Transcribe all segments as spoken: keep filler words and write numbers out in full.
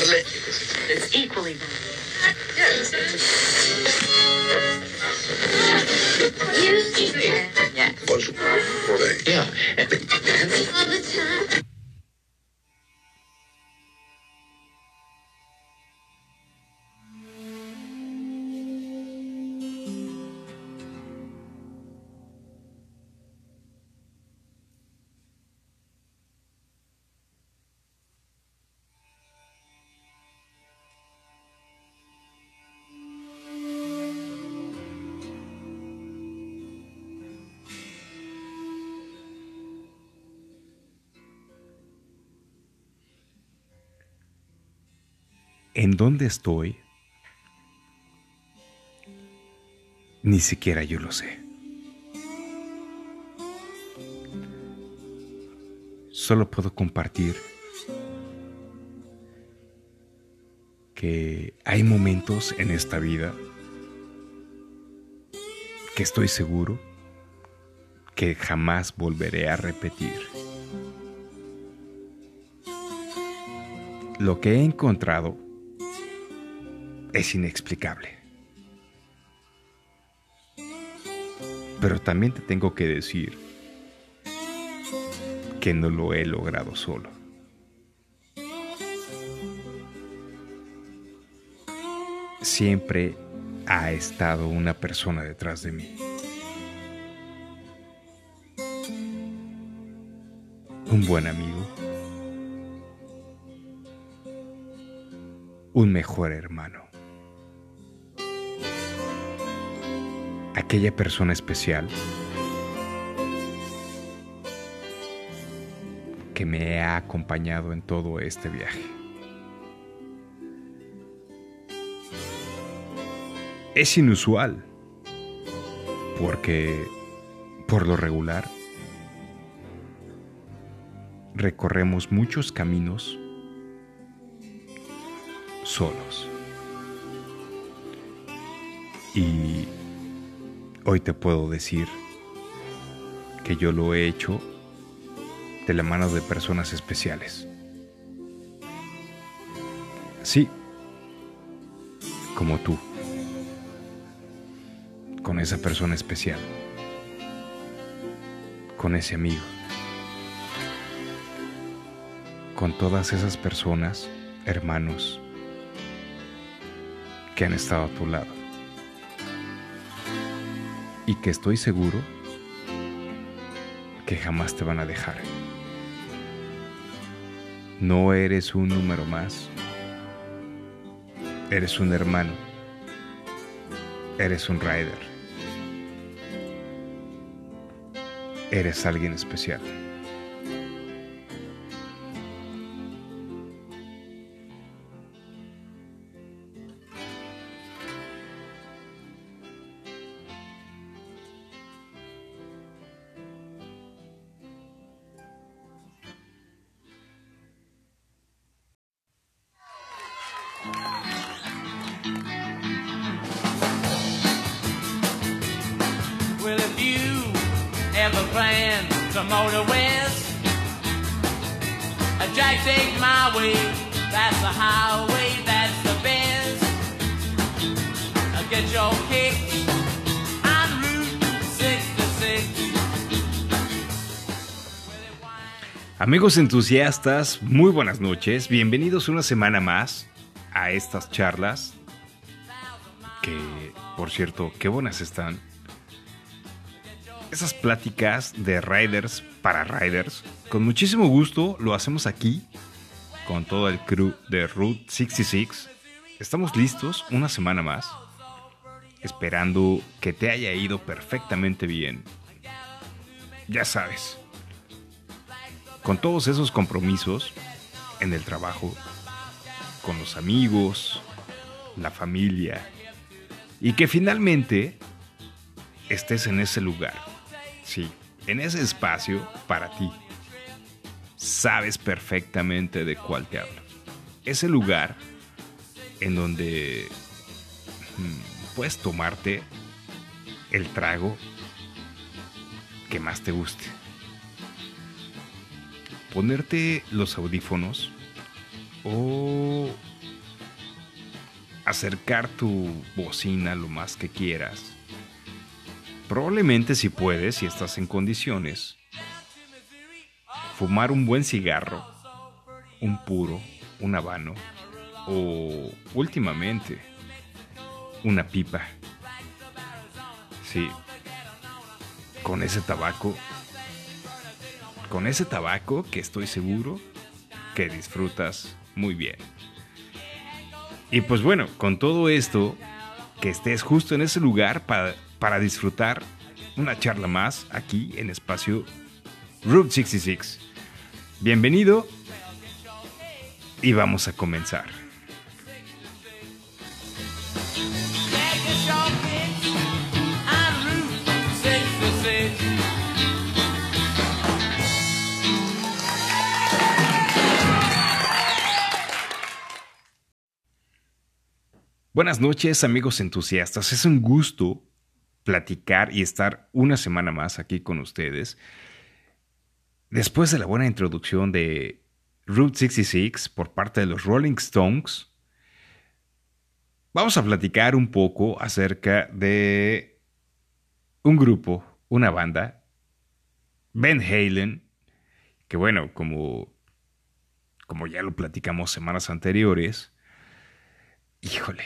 darle. It's equally yeah. Por su. Yeah. ¿En dónde estoy? Ni siquiera yo lo sé. Solo puedo compartir que hay momentos en esta vida que estoy seguro que jamás volveré a repetir. Lo que he encontrado es inexplicable. Pero también te tengo que decir que no lo he logrado solo. Siempre ha estado una persona detrás de mí. Un buen amigo. Un mejor hermano. Aquella persona especial que me ha acompañado en todo este viaje. Es inusual, porque por lo regular recorremos muchos caminos solos. Y hoy te puedo decir que yo lo he hecho de la mano de personas especiales. Sí, como tú, con esa persona especial, con ese amigo, con todas esas personas, hermanos, que han estado a tu lado. Y que estoy seguro que jamás te van a dejar. No eres un número más. Eres un hermano. Eres un rider. Eres alguien especial. Well, if you ever plan to motor west, Jack, take my way. That's the highway, that's the best. Get your kick on Route sesenta y seis. Amigos entusiastas, muy buenas noches. Bienvenidos una semana más a estas charlas. Que, por cierto, qué buenas están. Esas pláticas de riders para riders. Con muchísimo gusto lo hacemos aquí con todo el crew de Route sesenta y seis. Estamos listos una semana más, esperando que te haya ido perfectamente bien. Ya sabes, con todos esos compromisos en el trabajo, con los amigos, la familia, y que finalmente estés en ese lugar, sí, en ese espacio para ti. Sabes perfectamente de cuál te hablo. Ese lugar en donde hmm, puedes tomarte el trago que más te guste, ponerte los audífonos o acercar tu bocina lo más que quieras. Probablemente, si puedes, si estás en condiciones, fumar un buen cigarro, un puro, un habano o, últimamente, una pipa. Sí, con ese tabaco, con ese tabaco que estoy seguro que disfrutas muy bien. Y pues bueno, con todo esto, que estés justo en ese lugar para, para disfrutar una charla más aquí en Espacio Route sesenta y seis. Bienvenido y vamos a comenzar. Buenas noches, amigos entusiastas. Es un gusto platicar y estar una semana más aquí con ustedes. Después de la buena introducción de Route sesenta y seis por parte de los Rolling Stones, vamos a platicar un poco acerca de un grupo, una banda, Van Halen, que bueno, como, como ya lo platicamos semanas anteriores, híjole,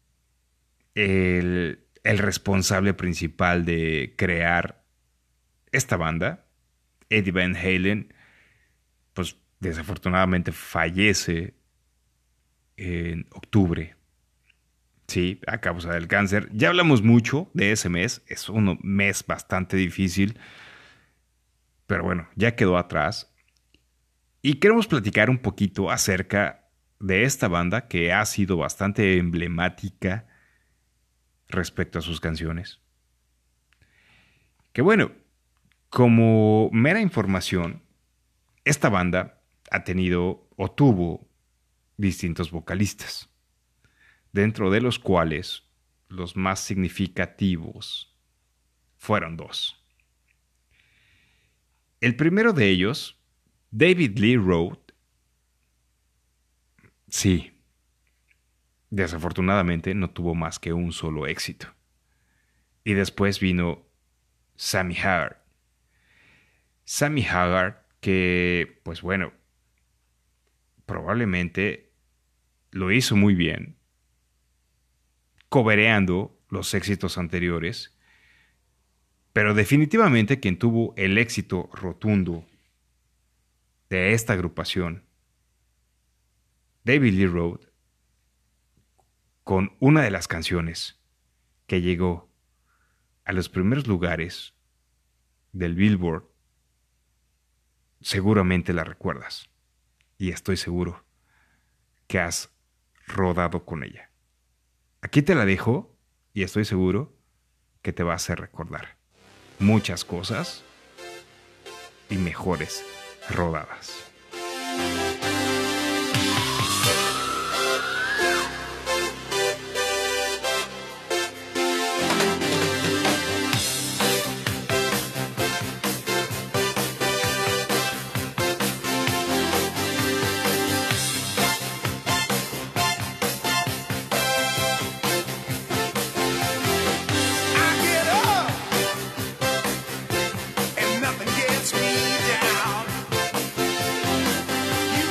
el, el responsable principal de crear esta banda, Eddie Van Halen, pues desafortunadamente fallece en octubre, sí, a causa del cáncer. Ya hablamos mucho de ese mes, es un mes bastante difícil, pero bueno, ya quedó atrás. Y queremos platicar un poquito acerca de esta banda que ha sido bastante emblemática respecto a sus canciones. Que bueno, como mera información, esta banda ha tenido o tuvo distintos vocalistas, dentro de los cuales los más significativos fueron dos. El primero de ellos, David Lee Roth, sí, desafortunadamente no tuvo más que un solo éxito. Y después vino Sammy Hagar. Sammy Hagar, que, pues bueno, probablemente lo hizo muy bien, cobereando los éxitos anteriores, pero definitivamente quien tuvo el éxito rotundo de esta agrupación, David Lee Roth, con una de las canciones que llegó a los primeros lugares del Billboard, seguramente la recuerdas. Y estoy seguro que has rodado con ella. Aquí te la dejo y estoy seguro que te va a hacer recordar muchas cosas y mejores rodadas. Nothing gets me down. You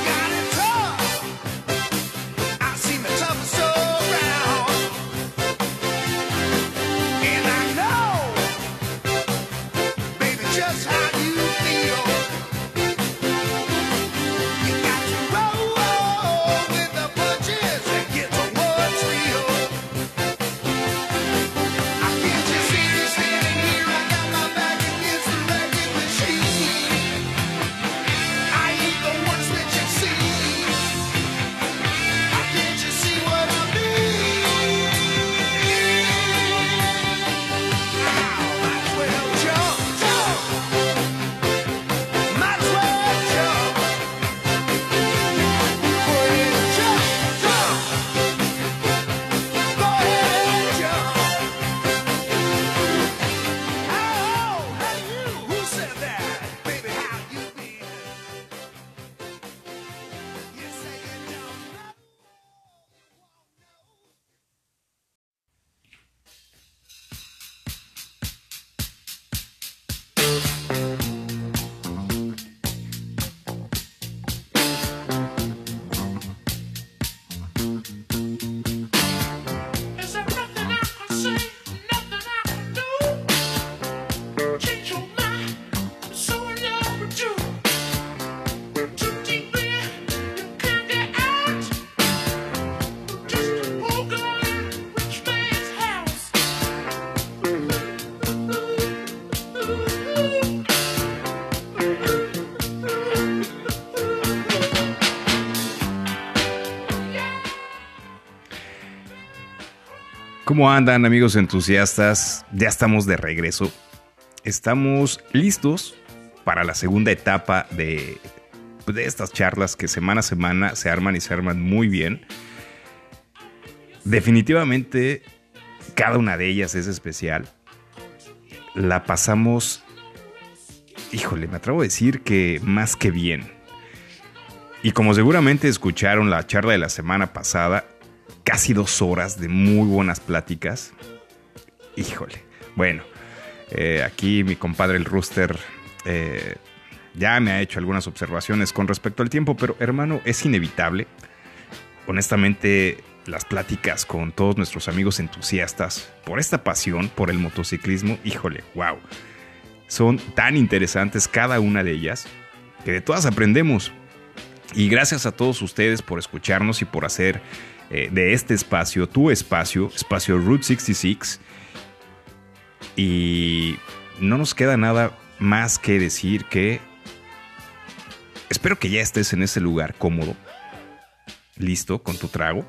¿Cómo andan, amigos entusiastas? Ya estamos de regreso. Estamos listos para la segunda etapa de, de estas charlas que semana a semana se arman y se arman muy bien. Definitivamente, cada una de ellas es especial. La pasamos, híjole, me atrevo a decir que más que bien. Y como seguramente escucharon la charla de la semana pasada, casi dos horas de muy buenas pláticas. Híjole. Bueno, eh, aquí mi compadre el Rooster eh, ya me ha hecho algunas observaciones con respecto al tiempo, pero hermano, es inevitable. Honestamente, las pláticas con todos nuestros amigos entusiastas por esta pasión, por el motociclismo, híjole, wow. Son tan interesantes cada una de ellas que de todas aprendemos. Y gracias a todos ustedes por escucharnos y por hacer Eh, de este espacio, tu espacio, espacio Route sesenta y seis. Y no nos queda nada más que decir que espero que ya estés en ese lugar cómodo, listo con tu trago,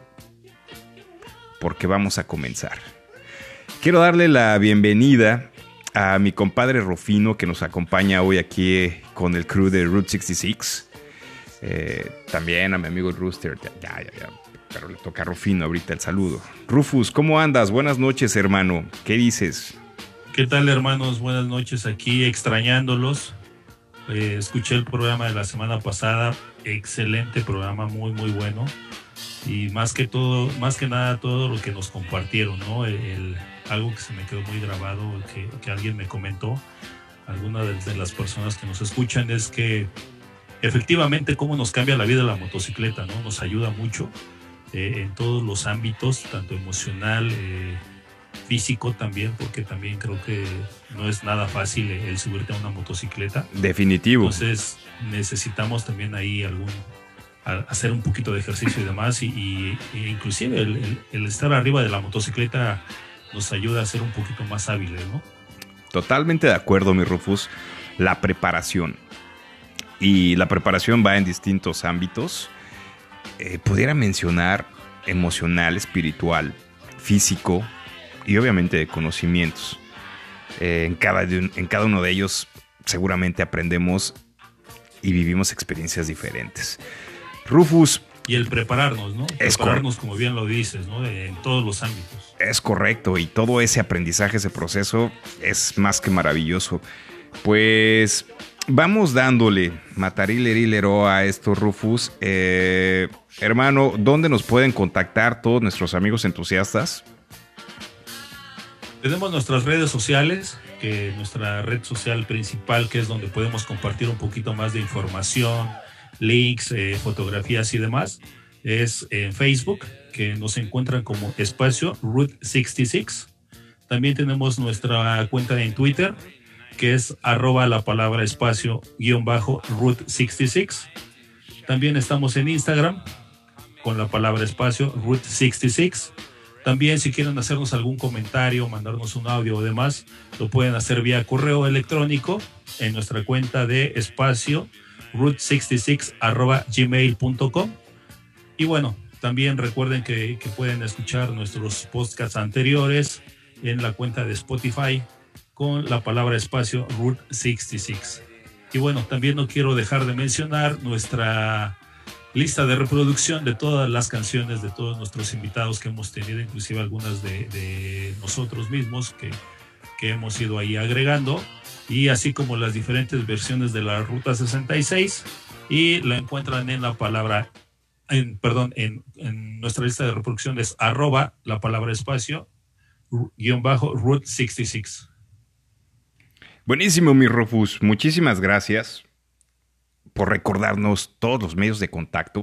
porque vamos a comenzar. Quiero darle la bienvenida a mi compadre Rufino, que nos acompaña hoy aquí con el crew de Route sesenta y seis. Eh, también a mi amigo el Rooster, ya, ya, ya, ya. Pero le toca a Rufino ahorita el saludo. Rufus, ¿cómo andas? Buenas noches, hermano. ¿Qué dices? ¿Qué tal, hermanos? Buenas noches aquí, extrañándolos. Eh, escuché el programa de la semana pasada. Excelente programa, muy, muy bueno. Y más que todo, más que nada, todo lo que nos compartieron, ¿no? El, el, algo que se me quedó muy grabado, que, que alguien me comentó, alguna de, de las personas que nos escuchan, es que efectivamente cómo nos cambia la vida la motocicleta, ¿no? Nos ayuda mucho. Eh, en todos los ámbitos, tanto emocional, eh, físico también, porque también creo que no es nada fácil el subirte a una motocicleta. Definitivo. Entonces necesitamos también ahí algún a, hacer un poquito de ejercicio y demás, y, y, e inclusive el, el, el estar arriba de la motocicleta nos ayuda a ser un poquito más hábiles, ¿no? Totalmente de acuerdo, mi Rufus. La preparación. Y la preparación va en distintos ámbitos. Eh, pudiera mencionar emocional, espiritual, físico y obviamente de conocimientos. Eh, en, cada, en cada uno de ellos seguramente aprendemos y vivimos experiencias diferentes. Rufus. Y el prepararnos, ¿no? Es prepararnos, como bien lo dices, ¿no? De, en todos los ámbitos. Es correcto, y todo ese aprendizaje, ese proceso es más que maravilloso. Pues vamos dándole matarilerilero a esto, Rufus. Eh, hermano, ¿dónde nos pueden contactar todos nuestros amigos entusiastas? Tenemos nuestras redes sociales, que nuestra red social principal, que es donde podemos compartir un poquito más de información, links, eh, fotografías y demás, es en Facebook, que nos encuentran como espacio Route sesenta y seis. También tenemos nuestra cuenta en Twitter, que es arroba la palabra espacio guión bajo Route sesenta y seis. También estamos en Instagram con la palabra espacio Route sesenta y seis. También si quieren hacernos algún comentario, mandarnos un audio o demás, lo pueden hacer vía correo electrónico en nuestra cuenta de espacio route sesenta y seis arroba gmail punto com. Y bueno, también recuerden que, que pueden escuchar nuestros podcasts anteriores en la cuenta de Spotify con la palabra espacio Route sesenta y seis. Y bueno, también no quiero dejar de mencionar nuestra lista de reproducción de todas las canciones de todos nuestros invitados que hemos tenido, inclusive algunas de, de nosotros mismos que, que hemos ido ahí agregando, y así como las diferentes versiones de la Ruta sesenta y seis, y la encuentran en la palabra, en, perdón, en, en nuestra lista de reproducción es arroba la palabra espacio guión bajo Route sesenta y seis. Buenísimo, mi Rufus. Muchísimas gracias por recordarnos todos los medios de contacto.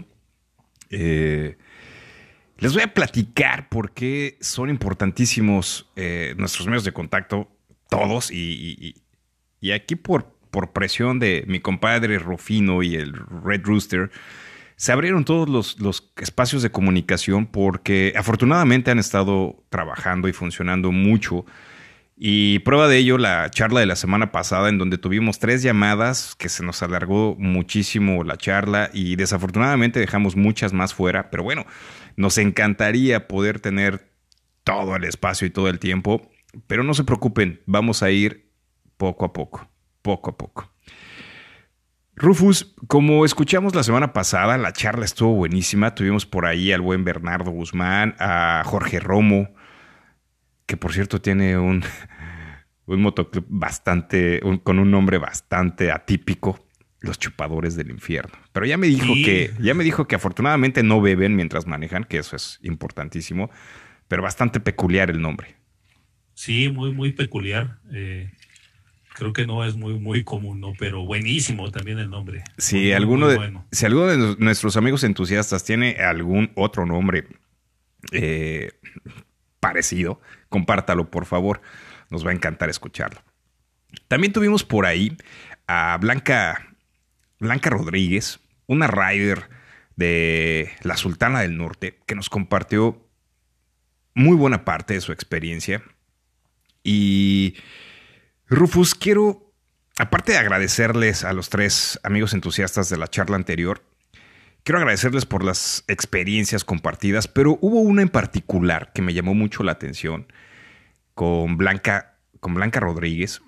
Eh, les voy a platicar por qué son importantísimos eh, nuestros medios de contacto, todos, y, y, y aquí por, por presión de mi compadre Rufino y el Red Rooster, se abrieron todos los, los espacios de comunicación porque afortunadamente han estado trabajando y funcionando mucho. Y prueba de ello la charla de la semana pasada, en donde tuvimos tres llamadas, que se nos alargó muchísimo la charla y desafortunadamente dejamos muchas más fuera. Pero bueno, nos encantaría poder tener todo el espacio y todo el tiempo. Pero no se preocupen, vamos a ir poco a poco, poco a poco. Rufus, como escuchamos la semana pasada, la charla estuvo buenísima. Tuvimos por ahí al buen Bernardo Guzmán, a Jorge Romo, que por cierto tiene un, un motoclub bastante, un, con un nombre bastante atípico, Los Chupadores del Infierno. Pero ya me dijo Sí. que, ya me dijo que afortunadamente no beben mientras manejan, que eso es importantísimo, pero bastante peculiar el nombre. Sí, muy, muy peculiar. Eh, creo que no es muy, muy común, ¿no? Pero buenísimo también el nombre. Si Muy, muy, alguno, muy de, bueno. si alguno de nuestros amigos entusiastas tiene algún otro nombre eh, parecido, compártalo, por favor. Nos va a encantar escucharlo. También tuvimos por ahí a Blanca, Blanca Rodríguez, una rider de la Sultana del Norte, que nos compartió muy buena parte de su experiencia. Y Rufus, quiero, aparte de agradecerles a los tres amigos entusiastas de la charla anterior, quiero agradecerles por las experiencias compartidas, pero hubo una en particular que me llamó mucho la atención con Blanca, con Blanca Rodríguez,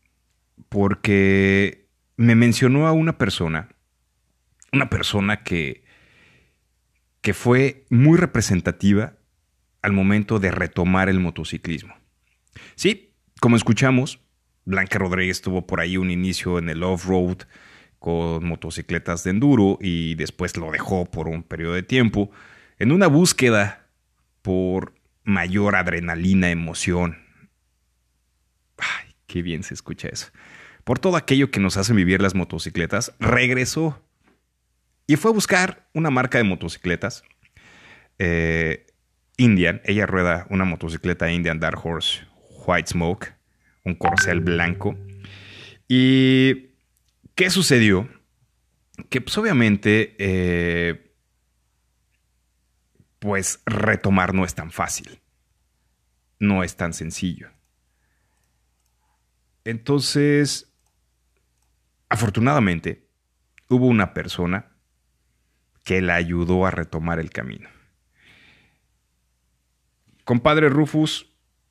porque me mencionó a una persona, una persona que, que fue muy representativa al momento de retomar el motociclismo. Sí, como escuchamos, Blanca Rodríguez tuvo por ahí un inicio en el off-road con motocicletas de enduro y después lo dejó por un periodo de tiempo en una búsqueda por mayor adrenalina, emoción. Ay, qué bien se escucha eso. Por todo aquello que nos hacen vivir las motocicletas, regresó y fue a buscar una marca de motocicletas. Eh, Indian, ella rueda una motocicleta Indian Dark Horse White Smoke, un corcel blanco. ¿Y qué sucedió? Que pues obviamente eh, pues retomar no es tan fácil. No es tan sencillo. Entonces, afortunadamente, hubo una persona que la ayudó a retomar el camino. Compadre Rufus,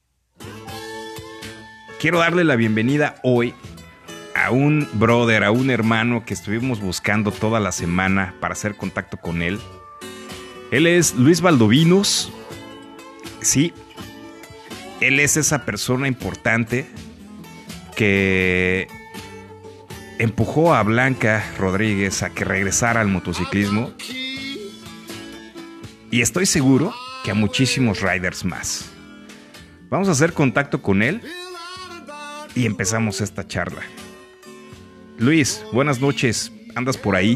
quiero darle la bienvenida hoy a un brother, a un hermano que estuvimos buscando toda la semana para hacer contacto con él. Él es Luis Valdovinos. Sí, él es esa persona importante que empujó a Blanca Rodríguez a que regresara al motociclismo. Y estoy seguro que a muchísimos riders más. Vamos a hacer contacto con él y empezamos esta charla. Luis, buenas noches. ¿Andas por ahí?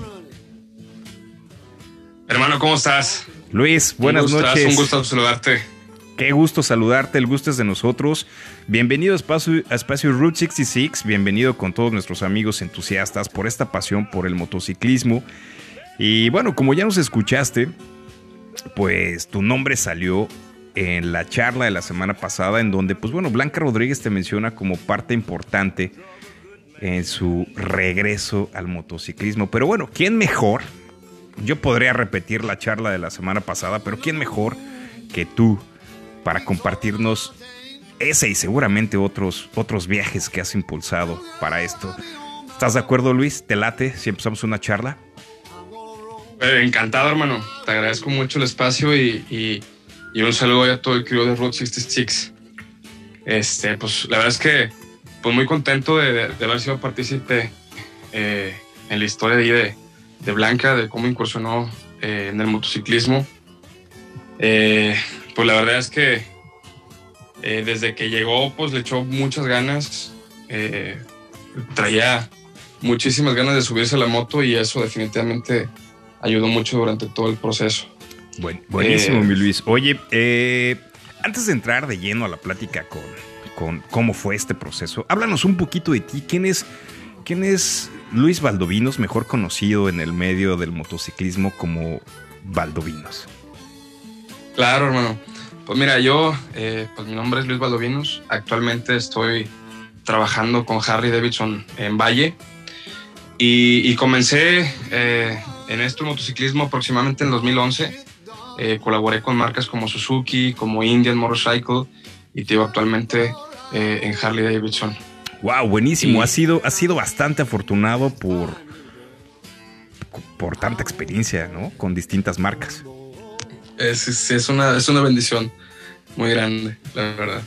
Hermano, ¿cómo estás? Luis, buenas un gustazo, noches. Un gusto saludarte. Qué gusto saludarte, el gusto es de nosotros. Bienvenido a Espacio, a Espacio Route sesenta y seis, bienvenido con todos nuestros amigos entusiastas por esta pasión por el motociclismo. Y bueno, como ya nos escuchaste, pues tu nombre salió en la charla de la semana pasada, en donde, pues bueno, Blanca Rodríguez te menciona como parte importante en su regreso al motociclismo. Pero bueno, ¿quién mejor? Yo podría repetir la charla de la semana pasada, pero ¿quién mejor que tú para compartirnos ese y seguramente otros, otros viajes que has impulsado para esto? ¿Estás de acuerdo, Luis? ¿Te late si empezamos una charla? Eh, encantado, hermano. Te agradezco mucho el espacio y, y, y un saludo a todo el crew de Route sesenta y seis. Este, pues la verdad es que pues muy contento de, de, de haber sido partícipe eh, en la historia de, de, de Blanca, de cómo incursionó eh, en el motociclismo. Eh, pues la verdad es que eh, desde que llegó pues le echó muchas ganas, eh, traía muchísimas ganas de subirse a la moto y eso definitivamente ayudó mucho durante todo el proceso. Buen, buenísimo, Eh, mi Luis. Oye, eh, antes de entrar de lleno a la plática con, con cómo fue este proceso, háblanos un poquito de ti. ¿Quién es, quién es Luis Valdovinos, mejor conocido en el medio del motociclismo como Valdovinos? Claro, hermano. Pues mira, yo, eh, pues mi nombre es Luis Valdovinos. Actualmente estoy trabajando con Harley Davidson en Valle. Y, y comencé eh, en esto el motociclismo aproximadamente en dos mil once. Eh, colaboré con marcas como Suzuki, como Indian Motorcycle y te digo, actualmente eh, en Harley Davidson. Wow, buenísimo. Y- Has sido, has sido bastante afortunado por, por tanta experiencia, ¿no? Con distintas marcas. Es, es, es una, es una bendición muy grande, la verdad.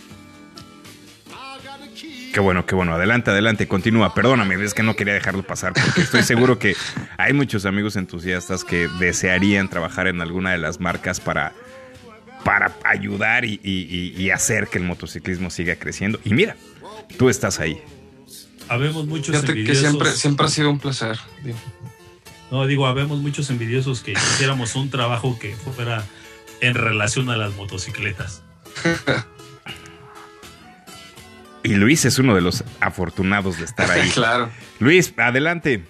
Qué bueno, qué bueno. Adelante, adelante, continúa. Perdóname, es que no quería dejarlo pasar porque estoy seguro que hay muchos amigos entusiastas que desearían trabajar en alguna de las marcas para, para ayudar y, y, y hacer que el motociclismo siga creciendo. Y mira, tú estás ahí. Habemos muchos Fíjate que envidiosos. siempre, siempre ha sido un placer. No, digo, habemos muchos envidiosos que hiciéramos un trabajo que fuera en relación a las motocicletas. Y Luis es uno de los afortunados de estar ahí. Claro. Luis, adelante.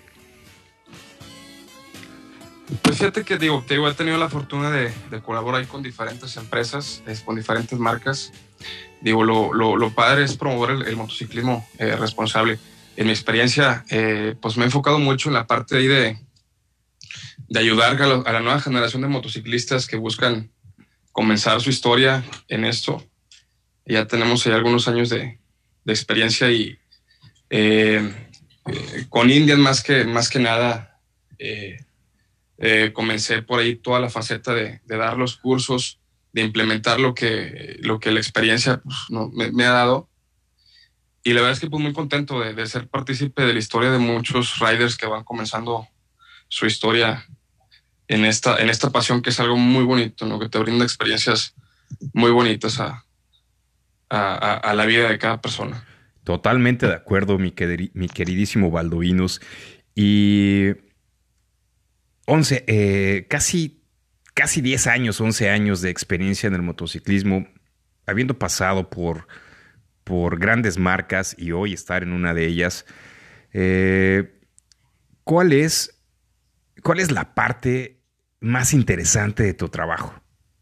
Pues fíjate que digo, te digo, he tenido la fortuna de, de colaborar con diferentes empresas, es, con diferentes marcas. Digo, lo, lo, lo padre es promover el, el motociclismo eh, responsable. En mi experiencia, eh, pues me he enfocado mucho en la parte ahí de, de ayudar a, lo, a la nueva generación de motociclistas que buscan comenzar su historia en esto. Y ya tenemos ahí algunos años de, de experiencia y eh, eh, con Indian más que, más que nada eh, eh, comencé por ahí toda la faceta de, de dar los cursos, de implementar lo que, lo que la experiencia pues, no, me, me ha dado. Y la verdad es que pues muy contento de, de ser partícipe de la historia de muchos riders que van comenzando su historia en esta, en esta pasión que es algo muy bonito, ¿no? Que te brinda experiencias muy bonitas a, a, a, a la vida de cada persona. Totalmente de acuerdo, mi, queri- mi queridísimo Baldovinos. Y once, eh, casi, casi diez años, once años de experiencia en el motociclismo, habiendo pasado por, por grandes marcas y hoy estar en una de ellas. Eh, ¿cuál es, cuál es la parte más interesante de tu trabajo?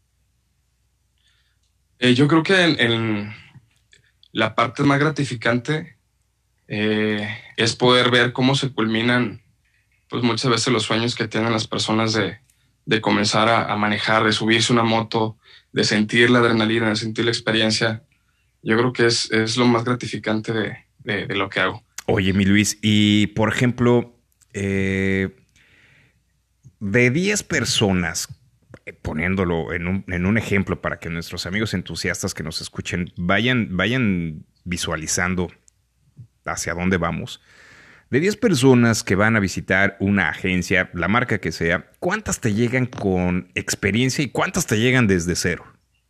Eh, yo creo que en, en la parte más gratificante eh, es poder ver cómo se culminan pues muchas veces los sueños que tienen las personas de, de comenzar a, a manejar, de subirse una moto, de sentir la adrenalina, de sentir la experiencia. Yo creo que es, es lo más gratificante de, de, de lo que hago. Oye, mi Luis, y por ejemplo, eh, de diez personas, eh, poniéndolo en un, en un ejemplo para que nuestros amigos entusiastas que nos escuchen vayan, vayan visualizando hacia dónde vamos. De diez personas que van a visitar una agencia, la marca que sea, ¿cuántas te llegan con experiencia y cuántas te llegan desde cero?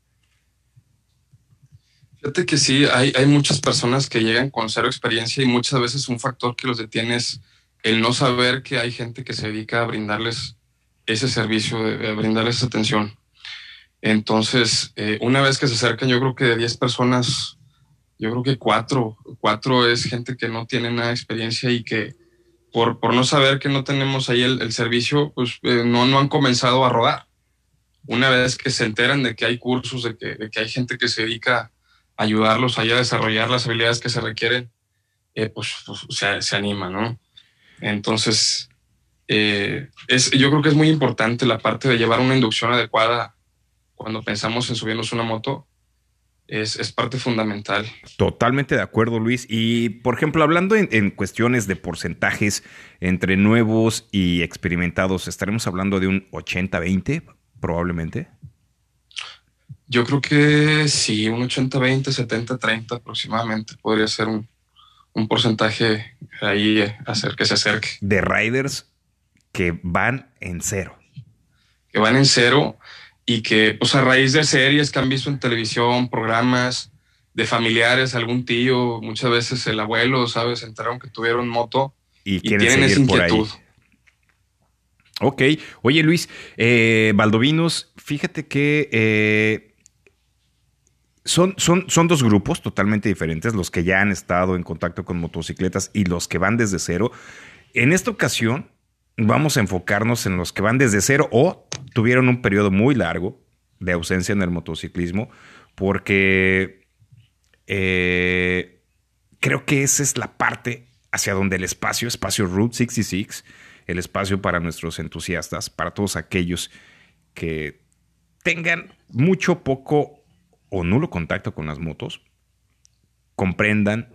Fíjate que sí, hay, hay muchas personas que llegan con cero experiencia y muchas veces un factor que los detiene es el no saber que hay gente que se dedica a brindarles ese servicio, de, a brindarles esa atención. Entonces, eh, una vez que se acercan, yo creo que de diez personas, yo creo que cuatro, cuatro es gente que no tiene nada de experiencia y que por, por no saber que no tenemos ahí el, el servicio, pues eh, no, no han comenzado a rodar. Una vez que se enteran de que hay cursos, de que, de que hay gente que se dedica a ayudarlos a desarrollar las habilidades que se requieren, eh, pues, pues se, se anima, ¿no? Entonces, eh, es, yo creo que es muy importante la parte de llevar una inducción adecuada cuando pensamos en subirnos una moto. Es, es parte fundamental. Totalmente de acuerdo, Luis. Y, por ejemplo, hablando en, en cuestiones de porcentajes entre nuevos y experimentados, ¿estaremos hablando de un ochenta veinte probablemente? Yo creo que sí, un ochenta veinte, setenta treinta aproximadamente podría ser un, un porcentaje ahí eh, hacer que se acerque. De riders que van en cero. Que van en cero y que, pues, a raíz de series que han visto en televisión, programas de familiares, algún tío, muchas veces el abuelo, ¿sabes? Se enteraron que tuvieron moto Y, y quieren tienen esa seguir por ahí. inquietud. Ok. Oye, Luis, eh, Baldovinos, fíjate que eh, son, son, son dos grupos totalmente diferentes, los que ya han estado en contacto con motocicletas y los que van desde cero. En esta ocasión vamos a enfocarnos en los que van desde cero o tuvieron un periodo muy largo de ausencia en el motociclismo, porque eh, creo que esa es la parte hacia donde el espacio, espacio Route sesenta y seis, el espacio para nuestros entusiastas, para todos aquellos que tengan mucho, poco o nulo contacto con las motos, comprendan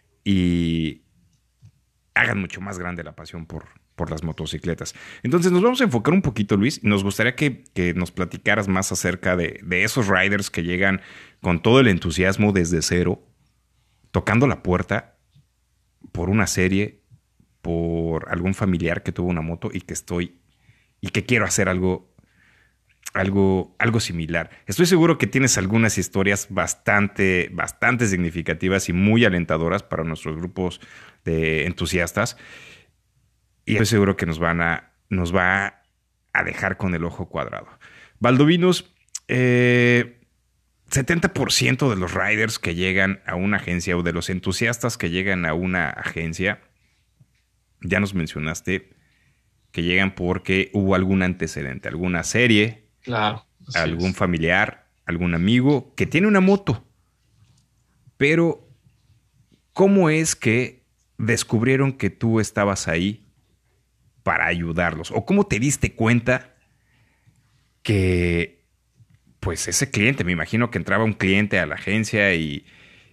y hagan mucho más grande la pasión por, por las motocicletas. Entonces nos vamos a enfocar un poquito, Luis. Nos gustaría que, que nos platicaras más acerca de, de esos riders que llegan con todo el entusiasmo desde cero, tocando la puerta por una serie, por algún familiar que tuvo una moto y que estoy y que quiero hacer algo, algo, algo similar. Estoy seguro que tienes algunas historias bastante, bastante significativas y muy alentadoras para nuestros grupos de entusiastas. Y estoy seguro que nos van a, nos va a dejar con el ojo cuadrado. Valdovinos, eh, setenta por ciento de los riders que llegan a una agencia o de los entusiastas que llegan a una agencia, ya nos mencionaste que llegan porque hubo algún antecedente, alguna serie, Claro. algún es. familiar, algún amigo que tiene una moto. Pero, ¿cómo es que descubrieron que tú estabas ahí para ayudarlos? ¿O cómo te diste cuenta que, pues, ese cliente, me imagino que entraba un cliente a la agencia y,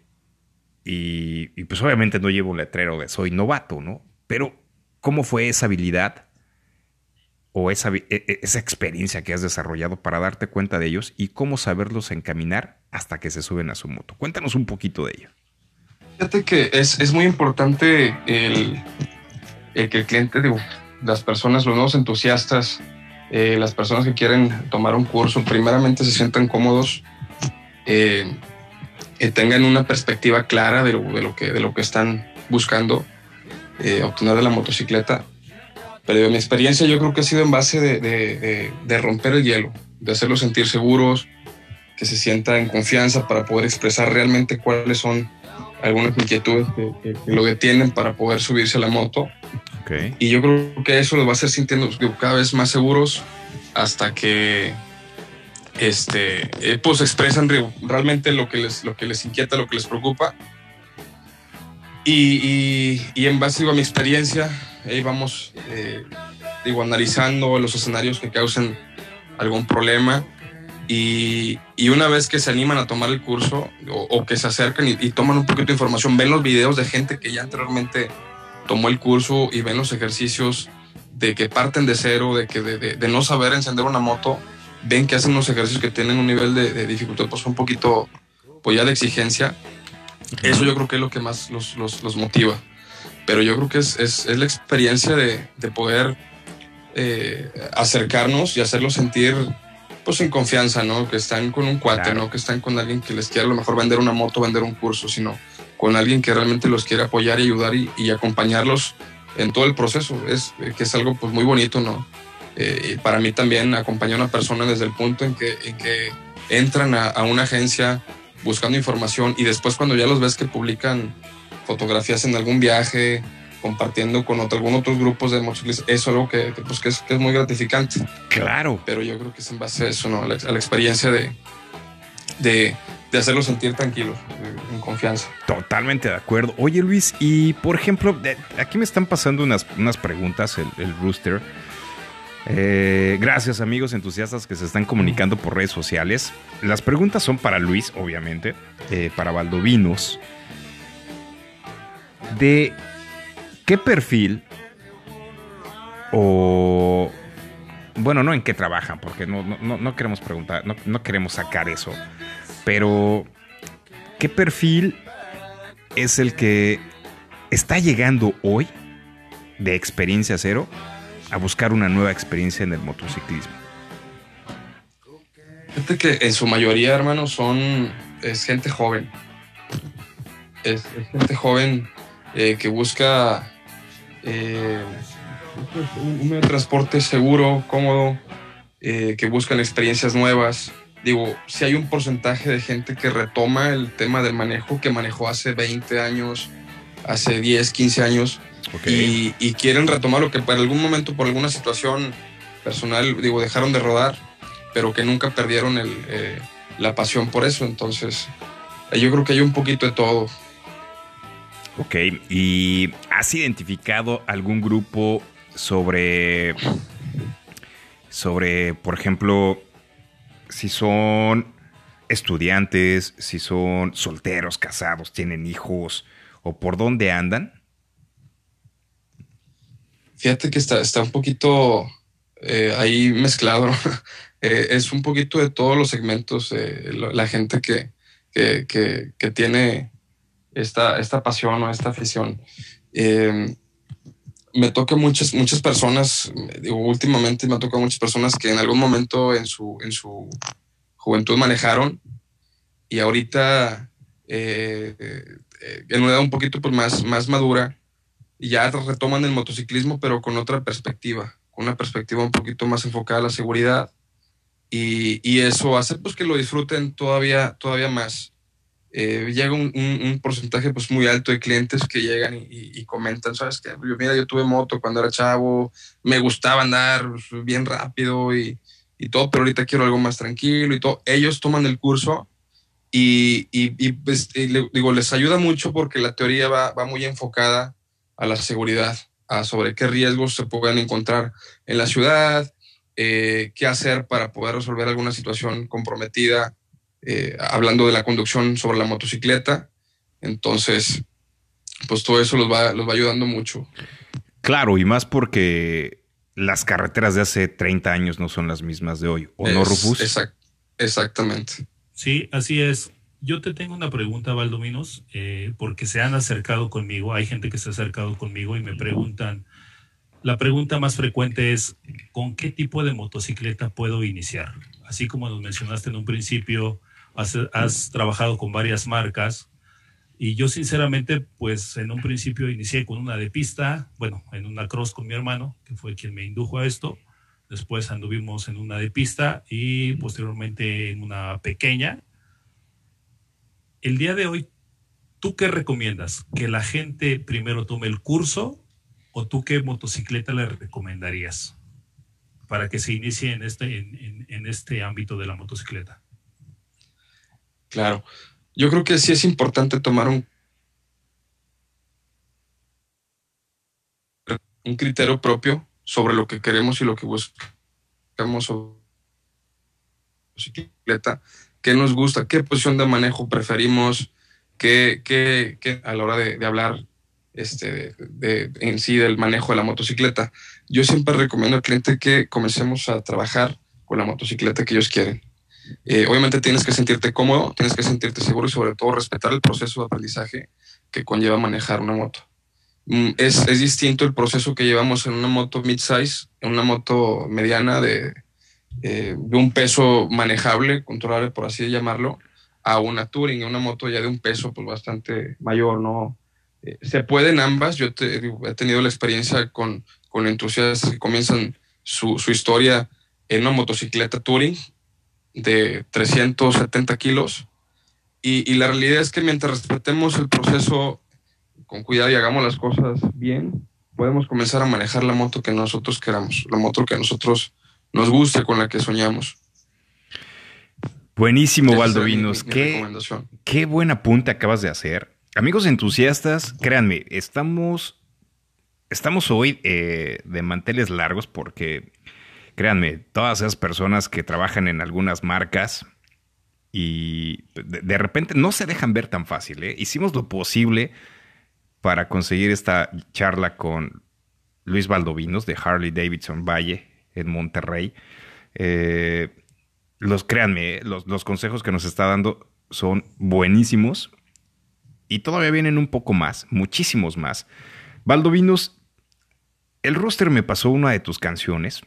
y, y pues obviamente no llevo un letrero de soy novato, ¿no? Pero, ¿cómo fue esa habilidad o esa, esa experiencia que has desarrollado para darte cuenta de ellos y cómo saberlos encaminar hasta que se suben a su moto? Cuéntanos un poquito de ello. Fíjate que es, es muy importante el, el que el cliente, digo, las personas, los nuevos entusiastas, eh, las personas que quieren tomar un curso, primeramente se sientan cómodos, eh, eh, tengan una perspectiva clara de lo, de lo, que, de lo que están buscando eh, obtener de la motocicleta. Pero de mi experiencia yo creo que ha sido en base de, de, de, de romper el hielo, de hacerlos sentir seguros, que se sientan en confianza para poder expresar realmente cuáles son algunas inquietudes que, que, que lo detienen para poder subirse a la moto. Okay. Y yo creo que eso los va a hacer sintiendo cada vez más seguros hasta que este, eh, pues expresan realmente lo que, les, lo que les inquieta, lo que les preocupa. Y, y, y en base digo, a mi experiencia, ahí vamos eh, digo, analizando los escenarios que causen algún problema. Y, y una vez que se animan a tomar el curso o, o que se acercan y, y toman un poquito de información, ven los videos de gente que ya anteriormente tomó el curso y ven los ejercicios de que parten de cero, de, que de, de, de no saber encender una moto, ven que hacen unos ejercicios que tienen un nivel de, de dificultad pues un poquito pues ya de exigencia. Eso yo creo que es lo que más los, los, los motiva. Pero yo creo que es, es, es la experiencia de, de poder eh, acercarnos y hacerlos sentir pues en confianza, ¿no? Que están con un cuate, claro. ¿no? Que están con alguien que les quiere a lo mejor vender una moto, vender un curso, sino con alguien que realmente los quiere apoyar y ayudar y, y acompañarlos en todo el proceso. Es, que es algo pues muy bonito, ¿no? Eh, y para mí también acompañar a una persona desde el punto en que, en que entran a, a una agencia buscando información y después cuando ya los ves que publican fotografías en algún viaje, compartiendo con otro, algunos otros grupos de motociclistas, eso es algo que, que, pues, que, es, que es muy gratificante. Claro. Pero yo creo que es en base a eso, ¿no? A la, a la experiencia de, de, de hacerlos sentir tranquilos, en confianza. Totalmente de acuerdo. Oye, Luis, y por ejemplo, aquí me están pasando unas, unas preguntas, el, el Rooster. Eh, gracias, amigos entusiastas que se están comunicando por redes sociales. Las preguntas son para Luis, obviamente, eh, para Valdovinos. ¿De qué perfil o... bueno, no en qué trabajan, porque no, no, no queremos preguntar, no, no queremos sacar eso. Pero, ¿qué perfil es el que está llegando hoy de experiencia cero a buscar una nueva experiencia en el motociclismo? Fíjate que en su mayoría, hermano, son es gente joven. Es, es gente joven eh, que busca eh, un medio de transporte seguro, cómodo, eh, que buscan experiencias nuevas. Digo, si hay un porcentaje de gente que retoma el tema del manejo, que manejó hace veinte años, hace diez, quince años, okay. y, y quieren retomar lo que por algún momento, por alguna situación personal, digo, dejaron de rodar, pero que nunca perdieron el, eh, la pasión por eso. Entonces, eh, yo creo que hay un poquito de todo. Ok, ¿y has identificado algún grupo sobre, sobre, por ejemplo, si son estudiantes, si son solteros, casados, tienen hijos o por dónde andan. Fíjate que está, está un poquito eh, ahí mezclado, ¿no? eh, es un poquito de todos los segmentos, eh, lo, la gente que, que, que, que tiene esta, esta pasión o esta afición. Eh, me toca muchas, muchas personas, digo, últimamente me ha tocado muchas personas que en algún momento en su, en su juventud manejaron y ahorita eh, eh, en una edad un poquito pues, más, más madura, y ya retoman el motociclismo, pero con otra perspectiva, con una perspectiva un poquito más enfocada a la seguridad. Y, y eso hace pues, que lo disfruten todavía, todavía más. Eh, llega un, un, un porcentaje pues, muy alto de clientes que llegan y, y, y comentan, ¿sabes qué? Yo, mira, yo tuve moto cuando era chavo, me gustaba andar bien rápido y, y todo, pero ahorita quiero algo más tranquilo y todo. Ellos toman el curso y, y, y, pues, y le, digo, les ayuda mucho porque la teoría va, va muy enfocada a la seguridad, a sobre qué riesgos se pueden encontrar en la ciudad, eh, qué hacer para poder resolver alguna situación comprometida, eh, hablando de la conducción sobre la motocicleta. Entonces, pues todo eso los va, los va ayudando mucho. Claro, y más porque las carreteras de hace treinta años no son las mismas de hoy, ¿o es, no, Rufus? Exact, exactamente. Sí, así es. Yo te tengo una pregunta, Valdominos, eh, porque se han acercado conmigo, hay gente que se ha acercado conmigo y me preguntan, la pregunta más frecuente es, ¿con qué tipo de motocicleta puedo iniciar? Así como nos mencionaste en un principio, has, has trabajado con varias marcas y yo sinceramente, pues en un principio inicié con una de pista, bueno, en una cross con mi hermano, que fue quien me indujo a esto, después anduvimos en una de pista y posteriormente en una pequeña. El día de hoy, ¿tú qué recomiendas? ¿Que la gente primero tome el curso o tú qué motocicleta le recomendarías para que se inicie en este, en, en, en este ámbito de la motocicleta? Claro. Yo creo que sí es importante tomar un, un criterio propio sobre lo que queremos y lo que buscamos sobre la motocicleta. ¿Qué nos gusta? ¿Qué posición de manejo preferimos? ¿Qué, qué, qué a la hora de, de hablar este, de, de, en sí del manejo de la motocicleta? Yo siempre recomiendo al cliente que comencemos a trabajar con la motocicleta que ellos quieren. Eh, obviamente tienes que sentirte cómodo, tienes que sentirte seguro y sobre todo respetar el proceso de aprendizaje que conlleva manejar una moto. Es, es distinto el proceso que llevamos en una moto mid-size, en una moto mediana de... Eh, de un peso manejable, controlable por así llamarlo, a una Touring, una moto ya de un peso pues bastante mayor, ¿no? Eh, se pueden ambas. Yo te, he tenido la experiencia con, con entusiastas que comienzan su, su historia en una motocicleta Touring de trescientos setenta kilos y, y la realidad es que mientras respetemos el proceso con cuidado y hagamos las cosas bien, podemos comenzar a manejar la moto que nosotros queramos, la moto que nosotros nos guste, con la que soñamos. Buenísimo, Valdovinos. Qué, qué buena punta acabas de hacer. Amigos entusiastas, créanme, estamos, estamos hoy eh, de manteles largos porque, créanme, todas esas personas que trabajan en algunas marcas y de, de repente no se dejan ver tan fácil, ¿eh? Hicimos lo posible para conseguir esta charla con Luis Valdovinos de Harley Davidson Valle en Monterrey. Eh, los créanme, los, los consejos que nos está dando son buenísimos y todavía vienen un poco más, muchísimos más. Valdovinos, el roster me pasó una de tus canciones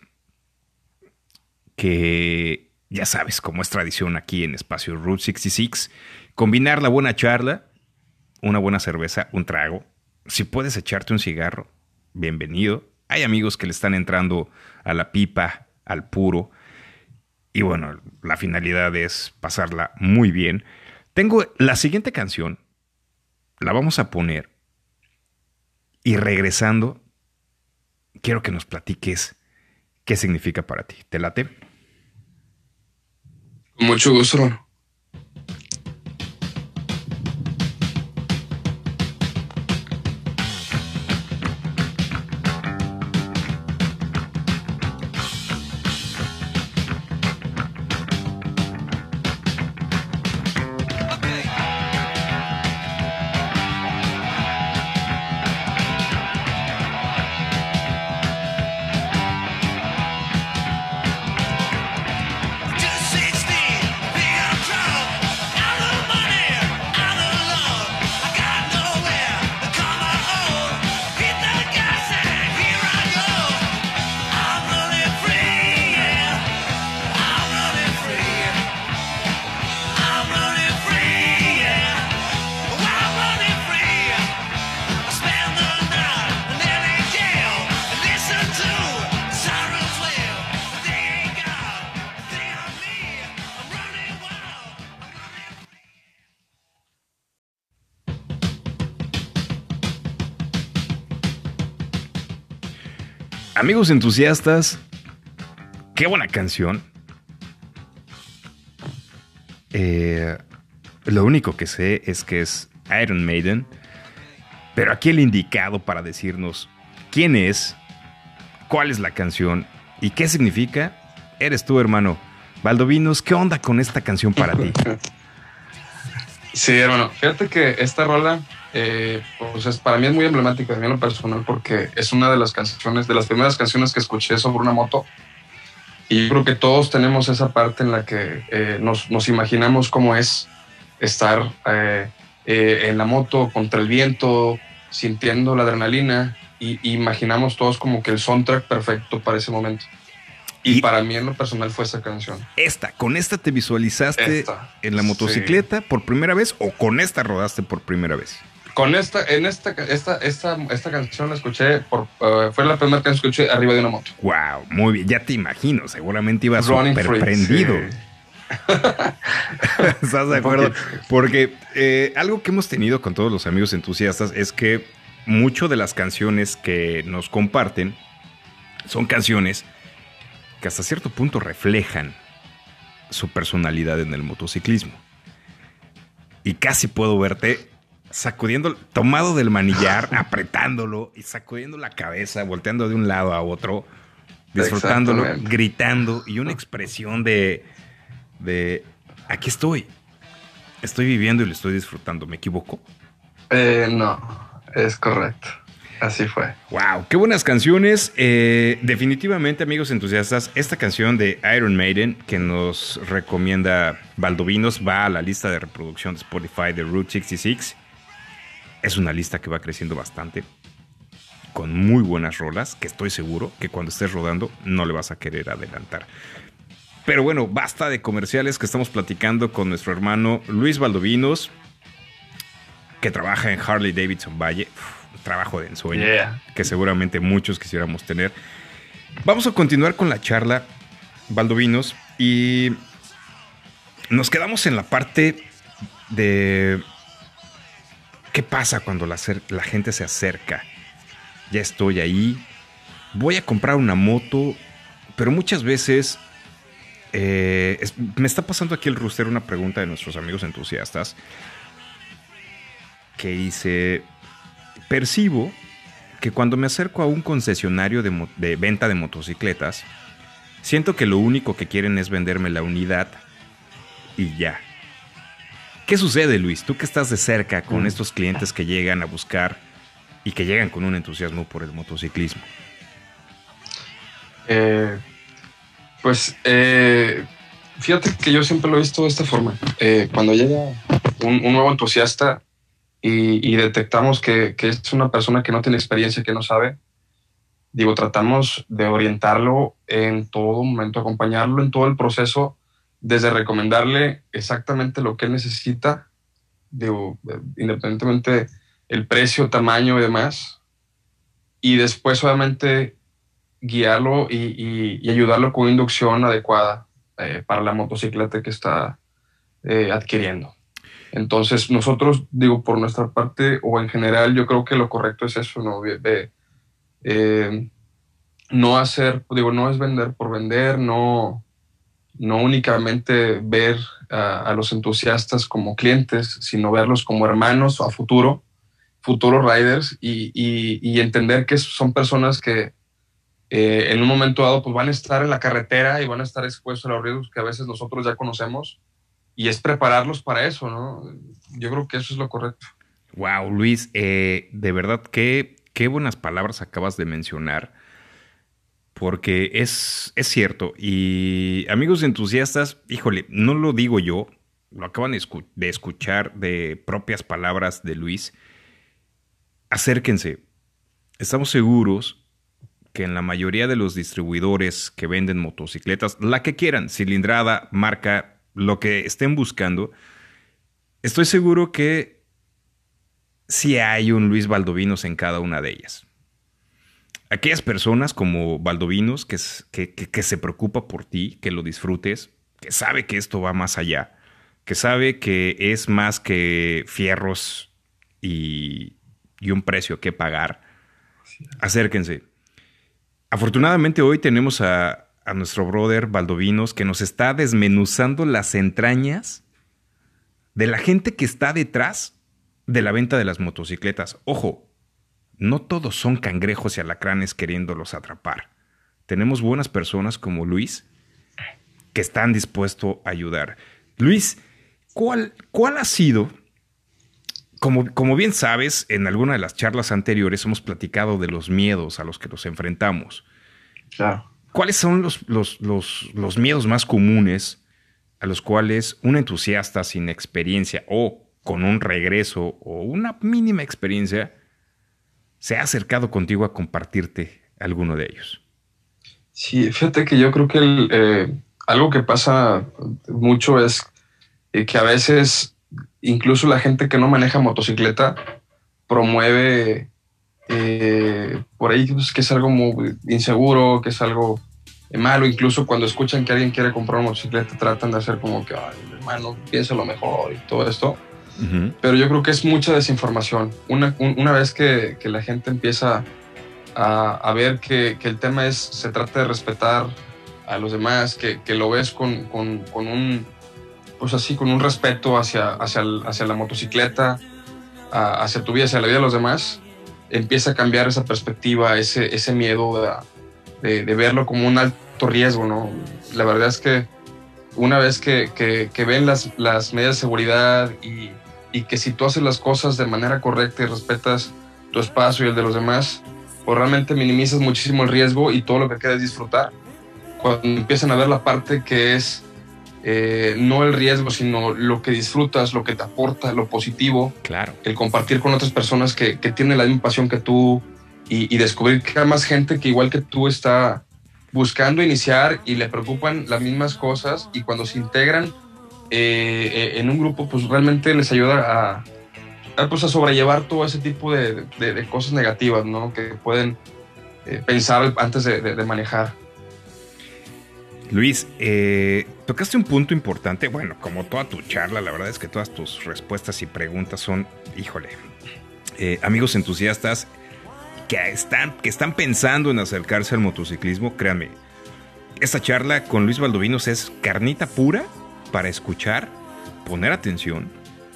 que ya sabes, como es tradición aquí en Espacio Route sesenta y seis, combinar la buena charla, una buena cerveza, un trago. Si puedes echarte un cigarro, bienvenido. Hay amigos que le están entrando a la pipa, al puro. Y bueno, la finalidad es pasarla muy bien. Tengo la siguiente canción. La vamos a poner. Y regresando, quiero que nos platiques qué significa para ti. ¿Te late? Con mucho gusto. Amigos entusiastas, qué buena canción. Eh, lo único que sé es que es Iron Maiden, pero aquí el indicado para decirnos quién es, cuál es la canción y qué significa, eres tú, hermano. Baldovinos, ¿qué onda con esta canción para ti? Sí, hermano, fíjate que esta rola, eh, pues es, para mí es muy emblemática, de mí en lo personal, porque es una de las canciones, de las primeras canciones que escuché sobre una moto. Y yo creo que todos tenemos esa parte en la que eh, nos, nos imaginamos cómo es estar eh, eh, en la moto contra el viento, sintiendo la adrenalina, y, y imaginamos todos como que el soundtrack perfecto para ese momento. Y, y para mí en lo personal fue esa canción. Esta, ¿con esta te visualizaste esta, en la motocicleta sí. por primera vez o con esta rodaste por primera vez? Con esta, en esta, esta, esta, esta canción la escuché, por, uh, fue la primera que escuché arriba de una moto. Wow, muy bien, ya te imagino, seguramente iba súper prendido. Sí. ¿Estás de acuerdo? Porque eh, algo que hemos tenido con todos los amigos entusiastas es que muchas de las canciones que nos comparten son canciones que hasta cierto punto reflejan su personalidad en el motociclismo. Y casi puedo verte sacudiendo, tomado del manillar, apretándolo y sacudiendo la cabeza, volteando de un lado a otro, disfrutándolo, gritando y una expresión de, de aquí estoy, estoy viviendo y lo estoy disfrutando. ¿Me equivoco? Eh, no, es correcto. Así fue. Wow, qué buenas canciones. Eh, definitivamente, amigos entusiastas, esta canción de Iron Maiden que nos recomienda Baldovinos va a la lista de reproducción de Spotify de Route sesenta y seis. Es una lista que va creciendo bastante, con muy buenas rolas, que estoy seguro que cuando estés rodando no le vas a querer adelantar. Pero bueno, basta de comerciales, que estamos platicando con nuestro hermano Luis Baldovinos, que trabaja en Harley Davidson Valle. Uf, trabajo de ensueño, yeah. que seguramente muchos quisiéramos tener. Vamos a continuar con la charla, Baldovinos, y nos quedamos en la parte de qué pasa cuando la, la gente se acerca. Ya estoy ahí, voy a comprar una moto, pero muchas veces eh, es, me está pasando aquí el Rooster una pregunta de nuestros amigos entusiastas que dice: percibo que cuando me acerco a un concesionario de, de venta de motocicletas, siento que lo único que quieren es venderme la unidad y ya. ¿Qué sucede, Luis? Tú que estás de cerca con mm. estos clientes que llegan a buscar y que llegan con un entusiasmo por el motociclismo. Eh, pues eh, fíjate que yo siempre lo he visto de esta forma. Eh, cuando llega un, un nuevo entusiasta y, y detectamos que, que es una persona que no tiene experiencia, que no sabe, digo, tratamos de orientarlo en todo momento, acompañarlo en todo el proceso, desde recomendarle exactamente lo que él necesita, digo, independientemente el precio, tamaño y demás, y después obviamente guiarlo y, y, y ayudarlo con inducción adecuada eh, para la motocicleta que está eh, adquiriendo. Entonces nosotros, digo, por nuestra parte o en general, yo creo que lo correcto es eso, ¿no? De, de, eh, no hacer, digo, no es vender por vender, no... no únicamente ver uh, a los entusiastas como clientes, sino verlos como hermanos a futuro, futuros riders, y, y, y entender que son personas que eh, en un momento dado pues, van a estar en la carretera y van a estar expuestos a los riesgos que a veces nosotros ya conocemos, y es prepararlos para eso, ¿no? Yo creo que eso es lo correcto. Wow, Luis, eh, de verdad, qué, qué buenas palabras acabas de mencionar. Porque es, es cierto. Y amigos entusiastas, híjole, no lo digo yo, lo acaban de, escu- de escuchar de propias palabras de Luis. Acérquense. Estamos seguros que en la mayoría de los distribuidores que venden motocicletas, la que quieran, cilindrada, marca, lo que estén buscando, estoy seguro que sí hay un Luis Baldovinos en cada una de ellas. Aquellas personas como Baldovinos que, que, que, que se preocupa por ti, que lo disfrutes, que sabe que esto va más allá, que sabe que es más que fierros y, y un precio que pagar. Acérquense. Afortunadamente hoy tenemos a, a nuestro brother Valdovinos que nos está desmenuzando las entrañas de la gente que está detrás de la venta de las motocicletas. Ojo, no todos son cangrejos y alacranes queriéndolos atrapar. Tenemos buenas personas como Luis que están dispuestos a ayudar. Luis, ¿cuál, cuál ha sido? Como, como bien sabes, en alguna de las charlas anteriores hemos platicado de los miedos a los que nos enfrentamos. Claro. ¿Cuáles son los, los, los, los miedos más comunes a los cuales un entusiasta sin experiencia o con un regreso o una mínima experiencia se ha acercado contigo a compartirte alguno de ellos? Sí, fíjate que yo creo que el, eh, algo que pasa mucho es eh, que a veces incluso la gente que no maneja motocicleta promueve eh, por ahí pues, que es algo muy inseguro, que es algo malo. Incluso cuando escuchan que alguien quiere comprar una motocicleta tratan de hacer como que, ay, hermano, piensa lo mejor y todo esto. Uh-huh. Pero yo creo que es mucha desinformación. Una, un, una vez que, que la gente empieza a, a ver que, que el tema es, se trata de respetar a los demás, que, que lo ves con, con, con un, pues así, con un respeto hacia, hacia, el, hacia la motocicleta, a, hacia tu vida, hacia la vida de los demás, empieza a cambiar esa perspectiva, ese, ese miedo de, de, de verlo como un alto riesgo, ¿no? La verdad es que una vez que, que, que ven las, las medidas de seguridad y, y que si tú haces las cosas de manera correcta y respetas tu espacio y el de los demás, pues realmente minimizas muchísimo el riesgo y todo lo que queda es disfrutar. Cuando empiezan a ver la parte que es eh, no el riesgo, sino lo que disfrutas, lo que te aporta, lo positivo. Claro. El compartir con otras personas que, que tienen la misma pasión que tú y, y descubrir que hay más gente que igual que tú está buscando iniciar y le preocupan las mismas cosas, y cuando se integran eh, en un grupo, pues realmente les ayuda a, a, pues a sobrellevar todo ese tipo de, de, de cosas negativas, ¿no? Que pueden eh, pensar antes de, de, de manejar. Luis, eh, tocaste un punto importante. Bueno, como toda tu charla, la verdad es que todas tus respuestas y preguntas son, híjole, eh, amigos entusiastas que están, que están pensando en acercarse al motociclismo, créanme, esta charla con Luis Valdovinos es carnita pura para escuchar, poner atención.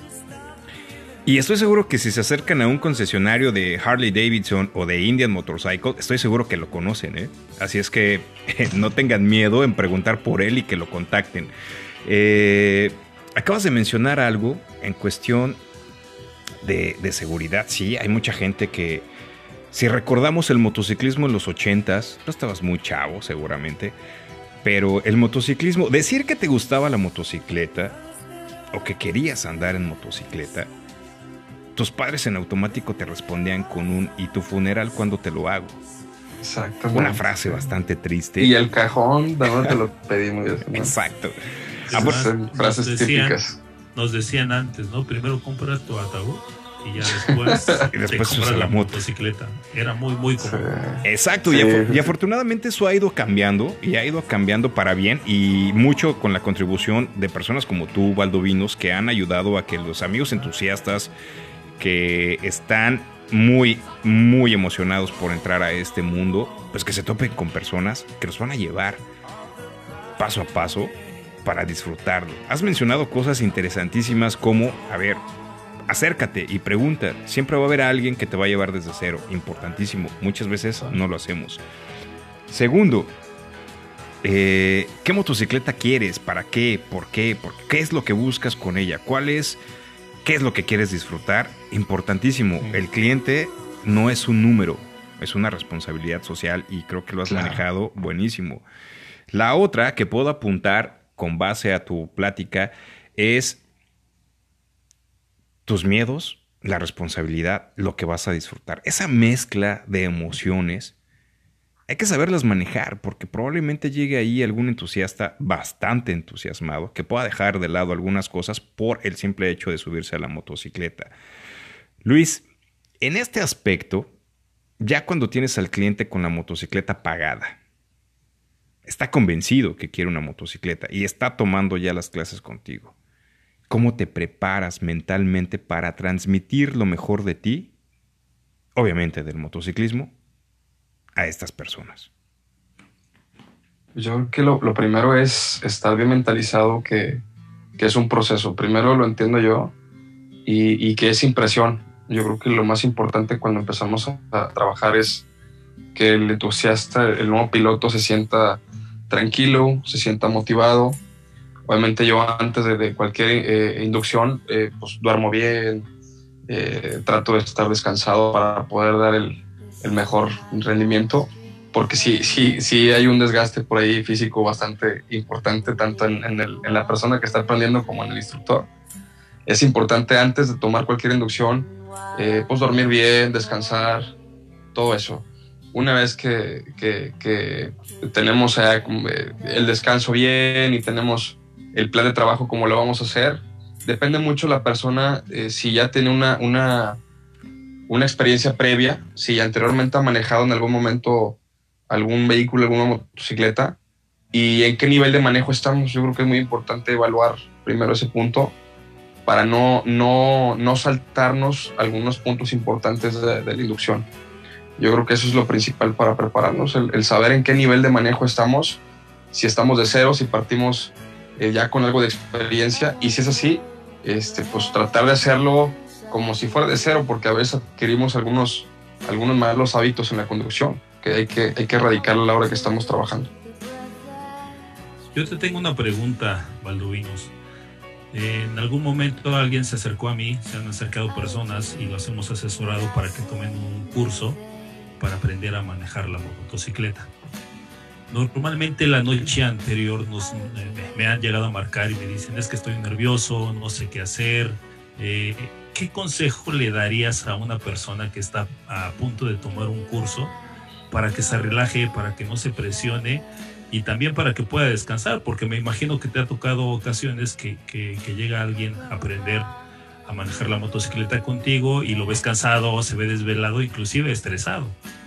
Y estoy seguro que si se acercan a un concesionario de Harley Davidson o de Indian Motorcycle, estoy seguro que lo conocen, ¿eh? Así es que eh, no tengan miedo en preguntar por él y que lo contacten. Eh, acabas de mencionar algo en cuestión de, de seguridad. Sí, hay mucha gente que, si recordamos el motociclismo en los ochentas, tú estabas muy chavo seguramente, pero el motociclismo, decir que te gustaba la motocicleta o que querías andar en motocicleta, tus padres en automático te respondían con un ¿y tu funeral cuándo te lo hago? Exactamente. Una frase bastante triste. Y el cajón, ¿de dónde te lo pedimos? ¿No? Exacto. Ah, pues, frases nos decían, típicas. Nos decían antes, ¿no? Primero compras tu ataúd y ya después, y después te compras la, la moto. motocicleta. Era muy, muy común. Sí. Exacto. Sí. Y, af- y afortunadamente eso ha ido cambiando y ha ido cambiando para bien, y mucho con la contribución de personas como tú, Valdovinos, que han ayudado a que los amigos entusiastas que están muy, muy emocionados por entrar a este mundo, pues que se topen con personas que los van a llevar paso a paso para disfrutarlo. Has mencionado cosas interesantísimas como, a ver, acércate y pregunta. Siempre va a haber alguien que te va a llevar desde cero. Importantísimo. Muchas veces no lo hacemos. Segundo, eh, ¿qué motocicleta quieres? ¿Para qué? ¿Por qué? ¿Por qué? ¿Qué es lo que buscas con ella? ¿Cuál es? ¿Qué es lo que quieres disfrutar? Importantísimo. El cliente no es un número, es una responsabilidad social, y creo que lo has claro. manejado buenísimo. La otra que puedo apuntar con base a tu plática es tus miedos, la responsabilidad, lo que vas a disfrutar. Esa mezcla de emociones hay que saberlas manejar, porque probablemente llegue ahí algún entusiasta bastante entusiasmado que pueda dejar de lado algunas cosas por el simple hecho de subirse a la motocicleta. Luis, en este aspecto, ya cuando tienes al cliente con la motocicleta pagada, está convencido que quiere una motocicleta y está tomando ya las clases contigo, ¿cómo te preparas mentalmente para transmitir lo mejor de ti, obviamente del motociclismo, a estas personas? Yo creo que lo, lo primero es estar bien mentalizado que, que es un proceso. Primero lo entiendo yo y, y que es impresión. Yo creo que lo más importante cuando empezamos a, a trabajar es que el entusiasta, el nuevo piloto se sienta tranquilo, se sienta motivado. Obviamente yo antes de, de cualquier eh, inducción eh, pues duermo bien, eh, trato de estar descansado para poder dar el, el mejor rendimiento, porque sí, sí, sí hay un desgaste por ahí físico bastante importante, tanto en, en, el, en la persona que está aprendiendo como en el instructor. Es importante antes de tomar cualquier inducción, eh, pues dormir bien, descansar, todo eso. Una vez que, que, que tenemos eh, el descanso bien y tenemos el plan de trabajo como lo vamos a hacer, depende mucho la persona eh, si ya tiene una, una, una experiencia previa, si anteriormente ha manejado en algún momento algún vehículo, alguna motocicleta, y en qué nivel de manejo estamos. Yo creo que es muy importante evaluar primero ese punto para no, no, no saltarnos algunos puntos importantes de, de la inducción. Yo creo que eso es lo principal para prepararnos, el, el saber en qué nivel de manejo estamos, si estamos de cero, si partimos eh, ya con algo de experiencia, y si es así, este, pues tratar de hacerlo como si fuera de cero, porque a veces adquirimos algunos, algunos malos hábitos en la conducción que hay que, hay que erradicar a la hora que estamos trabajando. Yo te tengo una pregunta, Valdovinos. En algún momento alguien se acercó a mí, se han acercado personas y los hemos asesorado para que tomen un curso para aprender a manejar la motocicleta. Normalmente la noche anterior nos, me han llegado a marcar y me dicen, es que estoy nervioso, no sé qué hacer. Eh, ¿Qué consejo le darías a una persona que está a punto de tomar un curso para que se relaje, para que no se presione y también para que pueda descansar? Porque me imagino que te ha tocado ocasiones que, que, que llega alguien a aprender a manejar la motocicleta contigo y lo ves cansado, se ve desvelado, inclusive estresado.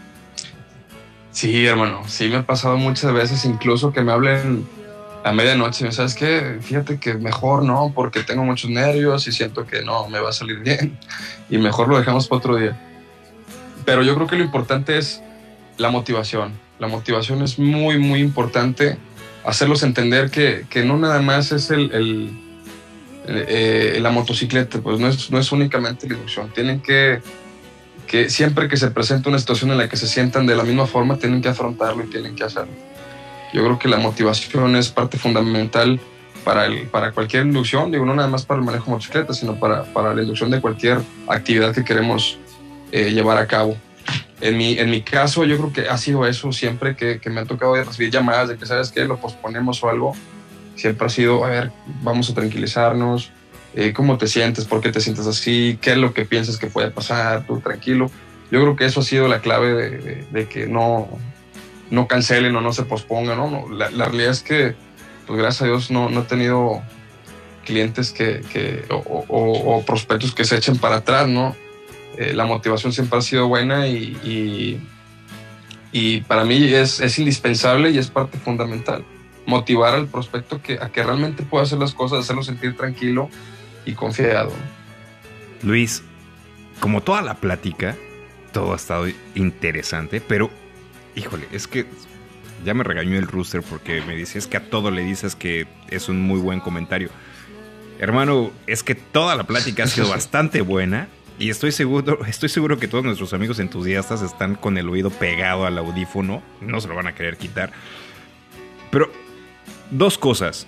Sí, hermano, sí me ha pasado muchas veces, incluso que me hablen a medianoche. ¿Sabes qué? Fíjate que mejor no, porque tengo muchos nervios y siento que no me va a salir bien y mejor lo dejamos para otro día. Pero yo creo que lo importante es la motivación. La motivación es muy, muy importante. Hacerlos entender que, que no nada más es el, el, eh, la motocicleta, pues no es, no es únicamente la inducción. Tienen que, que siempre que se presente una situación en la que se sientan de la misma forma, tienen que afrontarlo y tienen que hacerlo. Yo creo que la motivación es parte fundamental para, el, para cualquier inducción, digo, no nada más para el manejo de motocicleta, sino para, para la inducción de cualquier actividad que queremos eh, llevar a cabo. En mi, en mi caso, yo creo que ha sido eso siempre que, que me ha tocado recibir llamadas de que, ¿sabes qué?, lo posponemos o algo. Siempre ha sido, a ver, vamos a tranquilizarnos, eh, ¿cómo te sientes? ¿Por qué te sientes así? ¿Qué es lo que piensas que puede pasar? Tú tranquilo. Yo creo que eso ha sido la clave de, de, de que no, no cancelen o no se pospongan, ¿no? no la, la realidad es que, pues gracias a Dios, no, no he tenido clientes que, que, o, o, o prospectos que se echen para atrás, ¿no? Eh, la motivación siempre ha sido buena y, y, y para mí es, es indispensable y es parte fundamental. Motivar al prospecto que, a que realmente pueda hacer las cosas, hacerlo sentir tranquilo y confiado. Luis, como toda la plática, todo ha estado interesante, pero, híjole, es que ya me regañó el Rooster porque me dice, es que a todo le dices que es un muy buen comentario. Hermano, es que toda la plática ha sido bastante buena. Y estoy seguro, estoy seguro que todos nuestros amigos entusiastas están con el oído pegado al audífono. No se lo van a querer quitar. Pero, dos cosas.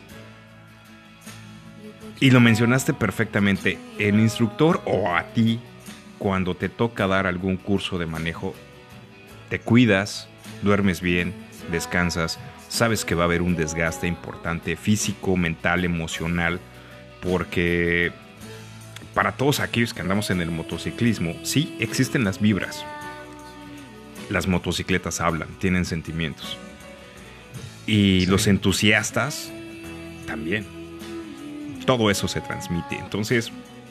Y lo mencionaste perfectamente. El instructor o a ti, cuando te toca dar algún curso de manejo, te cuidas, duermes bien, descansas. Sabes que va a haber un desgaste importante, físico, mental, emocional. Porque para todos aquellos que andamos en el motociclismo, sí existen las vibras. Las motocicletas hablan, tienen sentimientos. Y sí, los entusiastas también. Todo eso se transmite. Entonces,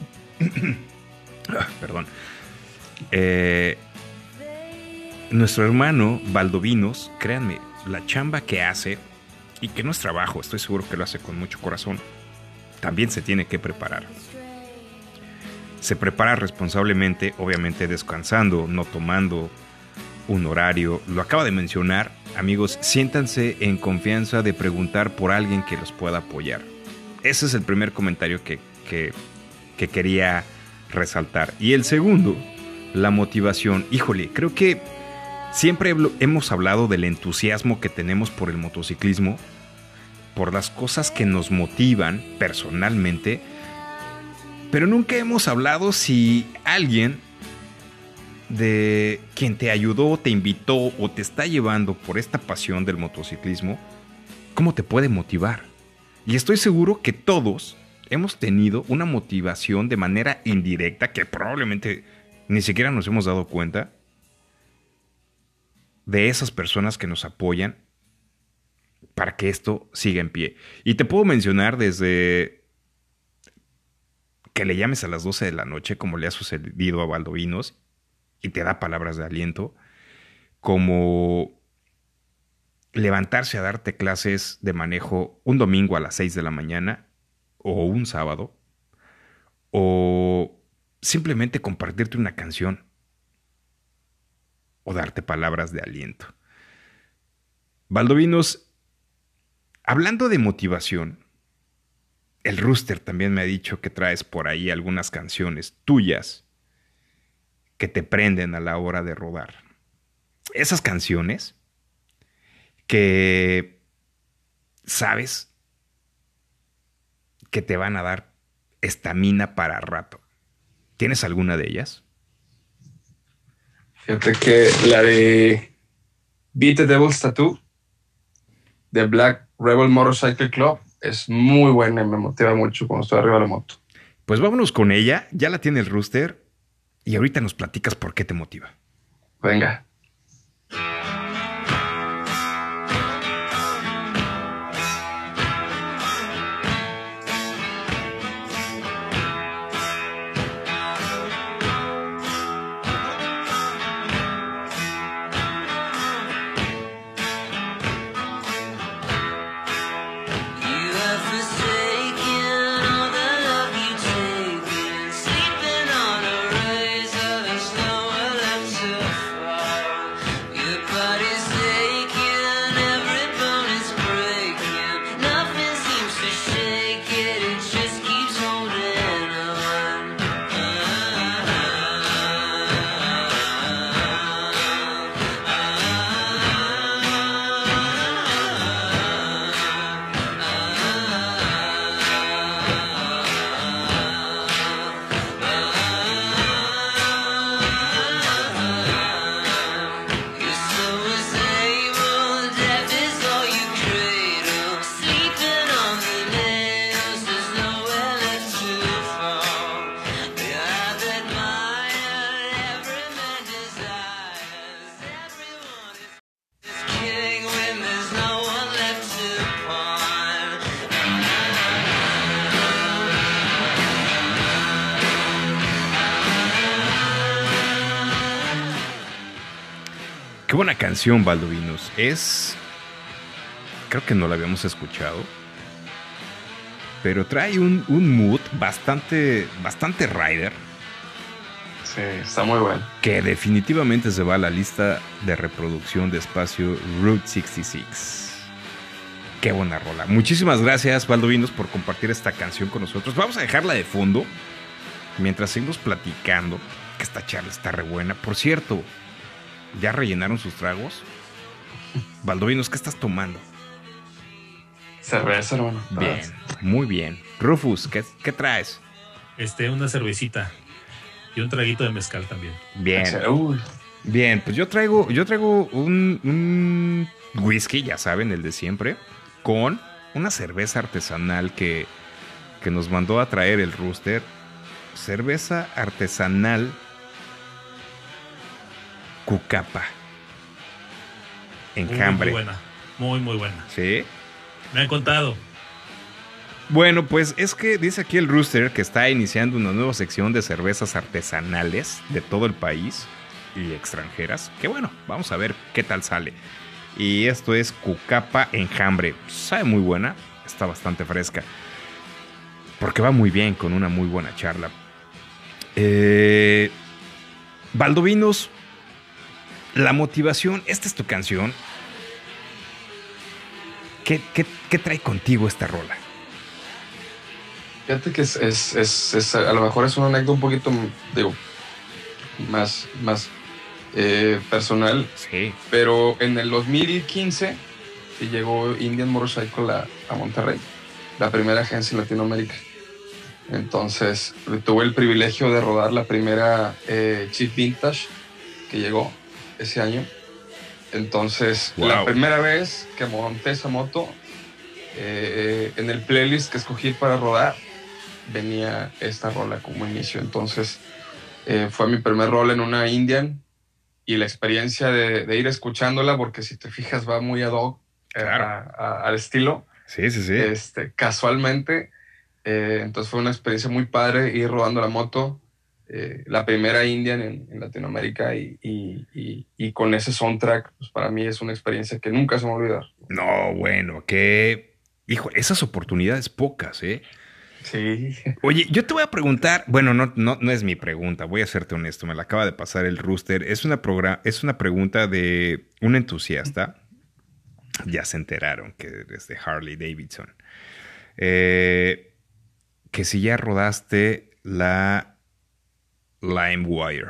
perdón. Eh, nuestro hermano Valdovinos, créanme, la chamba que hace, y que no es trabajo, estoy seguro que lo hace con mucho corazón, también se tiene que preparar. Se prepara responsablemente, obviamente descansando, no tomando un horario. Lo acaba de mencionar amigos, siéntanse en confianza de preguntar por alguien que los pueda apoyar. Ese es el primer comentario que, que, que quería resaltar. Y el segundo, la motivación. Híjole, creo que siempre hemos hablado del entusiasmo que tenemos por el motociclismo, por las cosas que nos motivan personalmente, pero nunca hemos hablado si alguien de quien te ayudó, te invitó o te está llevando por esta pasión del motociclismo, ¿cómo te puede motivar? Y estoy seguro que todos hemos tenido una motivación de manera indirecta que probablemente ni siquiera nos hemos dado cuenta de esas personas que nos apoyan para que esto siga en pie. Y te puedo mencionar desde que le llames a las doce de la noche, como le ha sucedido a Baldovinos, y te da palabras de aliento, como levantarse a darte clases de manejo un domingo a las seis de la mañana o un sábado, o simplemente compartirte una canción o darte palabras de aliento. Baldovinos, hablando de motivación, el Rooster también me ha dicho que traes por ahí algunas canciones tuyas que te prenden a la hora de rodar. Esas canciones que sabes que te van a dar estamina para rato. ¿Tienes alguna de ellas? Fíjate que la de Beat the Devil's Tattoo de Black Rebel Motorcycle Club es muy buena y me motiva mucho cuando estoy arriba de la moto. Pues vámonos con ella. Ya la tiene el Rooster y ahorita nos platicas por qué te motiva. Venga. Qué buena canción, Baldovinos. Es... Creo que no la habíamos escuchado. Pero trae un, un mood bastante, bastante rider. Sí, está muy bueno. Que definitivamente se va a la lista de reproducción de espacio Route sesenta y seis. Qué buena rola. Muchísimas gracias, Baldovinos, por compartir esta canción con nosotros. Vamos a dejarla de fondo mientras seguimos platicando, que esta charla está re buena. Por cierto, ¿ya rellenaron sus tragos? Baldovinos, ¿qué estás tomando? Cerveza, hermano. Bien, muy bien. Rufus, ¿qué, qué traes? Este, una cervecita y un traguito de mezcal también. Bien. Uy. Bien, pues yo traigo, yo traigo un, un whisky, ya saben, el de siempre, con una cerveza artesanal que, que nos mandó a traer el Rooster. Cerveza artesanal Cucapa. Enjambre. Muy, muy buena, muy, muy buena. ¿Sí? Me han contado. Bueno, pues es que dice aquí el Rooster que está iniciando una nueva sección de cervezas artesanales de todo el país y extranjeras. Que bueno, vamos a ver qué tal sale. Y esto es Cucapa Enjambre. Sabe muy buena, está bastante fresca. Porque va muy bien con una muy buena charla. Eh, Baldovinos, la motivación, esta es tu canción. ¿Qué, qué, qué trae contigo esta rola? Fíjate que es, es, es, es- a lo mejor es una anécdota un poquito, digo, más, más eh, personal, Sí. pero en el dos mil quince sí llegó Indian Motorcycle a, a Monterrey, la primera agencia en Latinoamérica. Entonces tuve el privilegio de rodar la primera eh, Chief Vintage que llegó ese año. Entonces, Wow. la primera vez que monté esa moto, eh, en el playlist que escogí para rodar, venía esta rola como inicio. Entonces, eh, fue mi primer rol en una Indian y la experiencia de, de ir escuchándola, porque si te fijas va muy ad hoc eh, Claro. a- a- al estilo. Sí, sí, sí. Este, casualmente, eh, entonces fue una experiencia muy padre ir rodando la moto, eh, la primera Indian en, en Latinoamérica y, y, y, y con ese soundtrack, pues para mí es una experiencia que nunca se me va a olvidar. No, bueno, que... Hijo, esas oportunidades pocas, ¿eh? Sí. Oye, yo te voy a preguntar, bueno, no, no, no es mi pregunta, voy a serte honesto, me la acaba de pasar el Rooster. Es una, progra- es una pregunta de un entusiasta. Ya se enteraron que es de Harley Davidson. Eh, que si ya rodaste la LimeWire.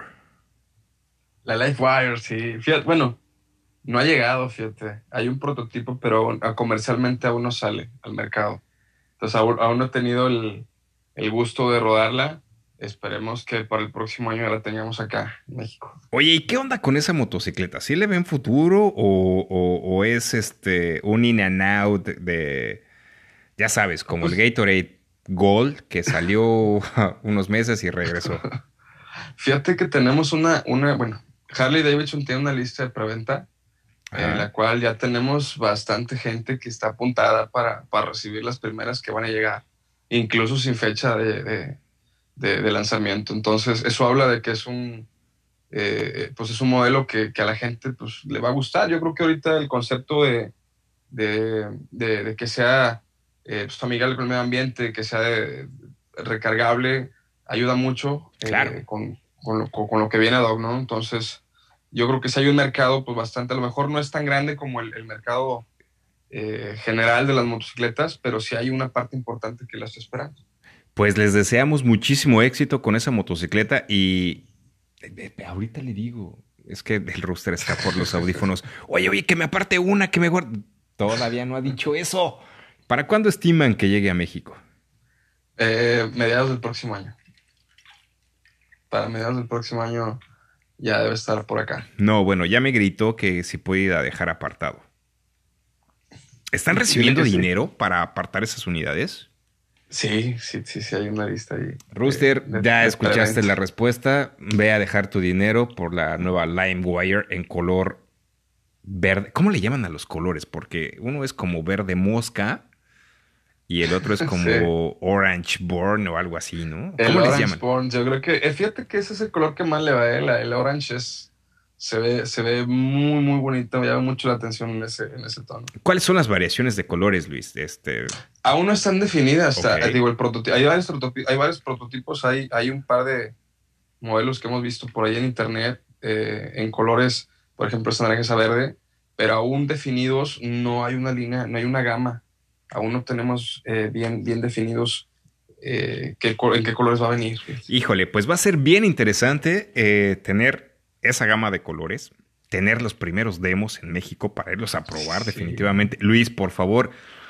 La LiveWire, sí. Fíjate, bueno, no ha llegado, fíjate. Hay un prototipo, pero aún- a- comercialmente aún no sale al mercado. Entonces aún, aún no he tenido el, el gusto de rodarla. Esperemos que para el próximo año ya la tengamos acá en México. Oye, ¿y qué onda con esa motocicleta? ¿Sí le ven futuro o, o- o es este un in and out de, ya sabes, como el Gatorade Gold que salió unos meses y regresó? Fíjate que tenemos una, una, bueno, Harley Davidson tiene una lista de preventa Ajá. en la cual ya tenemos bastante gente que está apuntada para, para recibir las primeras que van a llegar, incluso sin fecha de, de, de- de lanzamiento. Entonces, eso habla de que es un, eh, pues es un modelo que, que a la gente pues, le va a gustar. Yo creo que ahorita el concepto de, de, de- de que sea eh, pues, amigable con el medio ambiente, que sea de- recargable, ayuda mucho eh, Claro. con, con, lo, con lo que viene ad hoc, ¿no? Entonces, yo creo que si hay un mercado, pues bastante, a lo mejor no es tan grande como el, el mercado eh, general de las motocicletas, pero sí hay una parte importante que la está esperando. Pues les deseamos muchísimo éxito con esa motocicleta y eh, eh, ahorita le digo, es que el Rooster está por los audífonos. Oye, oye, que me aparte una, que mejor. Todavía no ha dicho eso. ¿Para cuándo estiman que llegue a México? Eh, mediados del próximo año. Para mediados del próximo año ya debe estar por acá. No, bueno, ya me gritó que si puede ir a dejar apartado. ¿Están recibiendo Dile que sí. dinero para apartar esas unidades? Sí, sí, sí, sí, hay una lista ahí. Rooster, de- de- ya de escuchaste preventa. la respuesta. Ve a dejar tu dinero por la nueva LimeWire en color verde. ¿Cómo le llaman a los colores? Porque uno es como verde mosca y el otro es como Sí. orange born o algo así, ¿no? El ¿Cómo les Orange llaman? Born, yo creo que, eh, fíjate que ese es el color que más le va a él. El orange es, se ve, se ve muy, muy bonito, me llama mucho la atención en ese, en ese tono. ¿Cuáles son las variaciones de colores, Luis? Este, Aún no están definidas, Ok. está- digo, el prototipo, hay varios prototipos, hay varios prototipos, hay, hay un par de modelos que hemos visto por ahí en internet eh, en colores, por ejemplo, esta naranja esa verde, pero aún definidos no hay una línea, no hay una gama, aún no tenemos eh, bien, bien definidos eh, qué, co- en qué colores va a venir. híjole, pues va a ser bien interesante eh, tener esa gama de colores, tener los primeros demos en México para irlos a probar Sí. definitivamente. Luis, por favor,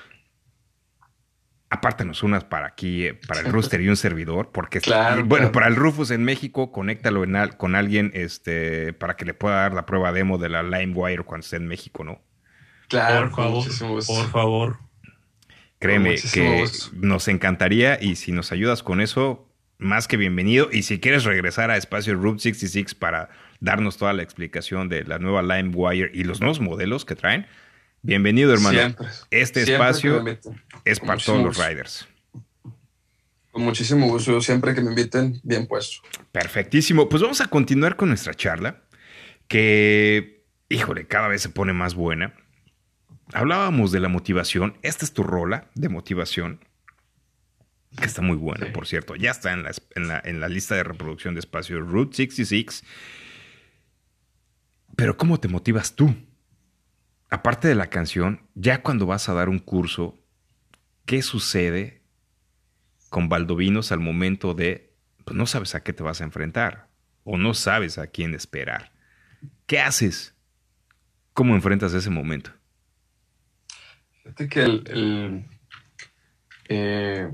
apártanos unas para aquí, eh, para el Rooster y un servidor, porque Claro, y, bueno, claro. para el Rufus en México, conéctalo en al- con alguien este, para que le pueda dar la prueba demo de la LimeWire cuando esté en México, ¿no? Claro, Por con favor, muchísimo gusto. por favor. Créeme muchísimo que gusto. nos encantaría y si nos ayudas con eso, más que bienvenido. Y si quieres regresar a Espacio Route sesenta y seis para darnos toda la explicación de la nueva LimeWire y los nuevos modelos que traen, bienvenido, hermano. Siempre. Este Siempre espacio que me inviten. es Con para muchísimo todos los gusto. riders. Con muchísimo gusto. Yo siempre que me inviten, bien puesto. Perfectísimo. Pues vamos a continuar con nuestra charla, que, híjole, cada vez se pone más buena. Hablábamos de la motivación. Esta es tu rola de motivación, que está muy buena, Sí. por cierto. Ya está en la, en la, en la lista de reproducción de Espacio Route sesenta y seis. Pero ¿cómo te motivas tú? aparte de la canción, ya cuando vas a dar un curso, ¿qué sucede con Valdovinos al momento de, pues no sabes a qué te vas a enfrentar o no sabes a quién esperar? ¿Qué haces? ¿Cómo enfrentas ese momento? Fíjate que el, el eh,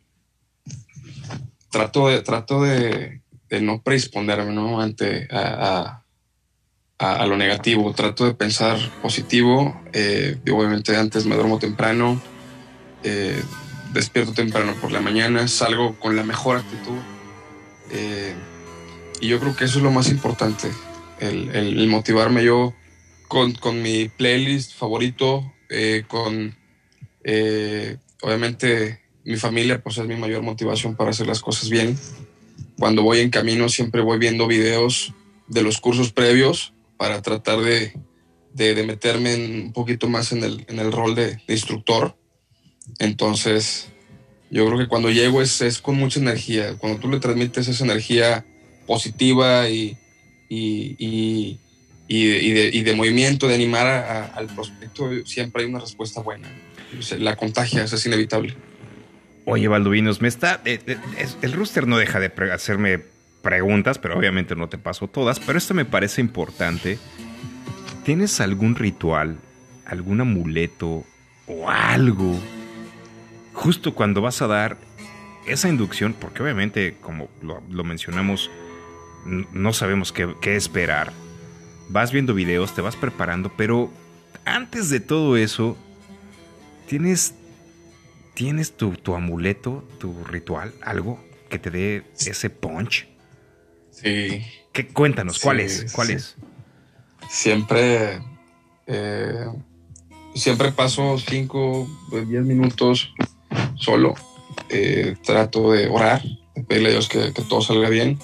trato de trato de, de no predisponerme, ¿no? ante a, a, a lo negativo. Trato de pensar positivo. Eh, obviamente antes me duermo temprano, eh, despierto temprano por la mañana, salgo con la mejor actitud. Eh, y yo creo que eso es lo más importante, el, el, el motivarme yo con, con mi playlist favorito, eh, con eh, obviamente mi familia, pues es mi mayor motivación para hacer las cosas bien. Cuando voy en camino siempre voy viendo videos de los cursos previos para tratar de, de, de meterme en, un poquito más en el, en el rol de, de instructor. Entonces yo creo que cuando llego es, es con mucha energía. Cuando tú le transmites esa energía positiva y, y, y, y, de, y, de, y de movimiento, de animar a, a, al prospecto, siempre hay una respuesta buena. La contagias, es inevitable. Oye, Valdovinos, me está... Eh, eh, el Rooster no deja de pre- hacerme preguntas, pero obviamente no te paso todas, pero esto me parece importante. ¿Tienes algún ritual, algún amuleto o algo justo cuando vas a dar esa inducción? Porque obviamente, como lo, lo mencionamos, n- no sabemos qué, qué esperar. Vas viendo videos, te vas preparando, pero antes de todo eso, ¿tienes... ¿Tienes tu, tu amuleto, tu ritual, algo que te dé ese punch? Sí. ¿Qué, cuéntanos, ¿cuál Sí, es? ¿Cuál sí. es? Siempre, eh, siempre paso cinco, diez minutos solo. Eh, trato de orar, de pedirle a Dios que, que todo salga bien.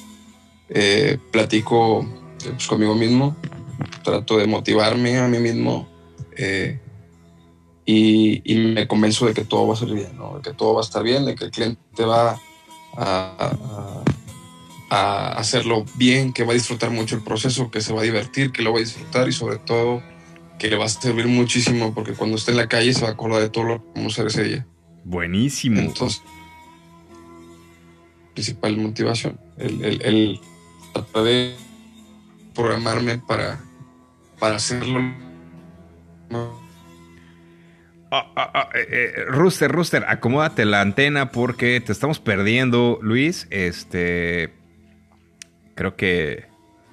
Eh, platico eh, pues, conmigo mismo. Trato de motivarme a mí mismo. Eh, Y, y me convenzo de que todo va a salir bien, ¿no? De que todo va a estar bien, de que el cliente va a, a, a hacerlo bien, que va a disfrutar mucho el proceso, que se va a divertir, que lo va a disfrutar y sobre todo que le va a servir muchísimo porque cuando esté en la calle se va a acordar de todo lo que vamos a hacer ese día. Buenísimo. Entonces, principal motivación, el, el, el tratar de programarme para, para hacerlo. Oh, oh, oh, eh, eh, Rooster, Rooster, acomódate la antena porque te estamos perdiendo, Luis. Este, creo que,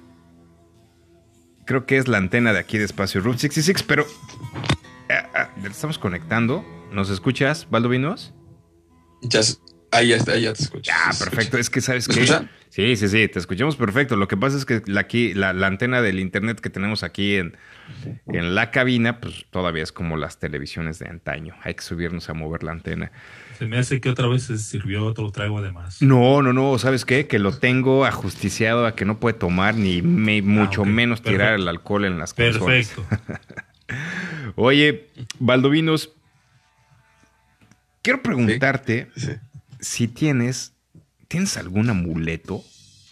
creo que es la antena de aquí de Espacio Route sesenta y seis, pero eh, eh, estamos conectando. ¿Nos escuchas, Valdovinos? Ya, ahí ya, ahí ya te escucho. Ah, Sí, perfecto. escucha. Es que sabes ¿Me que escuchan? sí, sí, sí, te escuchamos perfecto. Lo que pasa es que la, aquí, la, la antena del internet que tenemos aquí en, en la cabina, pues todavía es como las televisiones de antaño. Hay que subirnos a mover la antena. Se me hace que otra vez se sirvió otro trago además. No, no, no. ¿Sabes qué? Que lo tengo ajusticiado a que no puede tomar ni me, mucho Ah, ok. menos tirar Perfecto. el alcohol en las consolas. Perfecto. Oye, Valdovinos, quiero preguntarte Sí. si tienes, ¿tienes algún amuleto?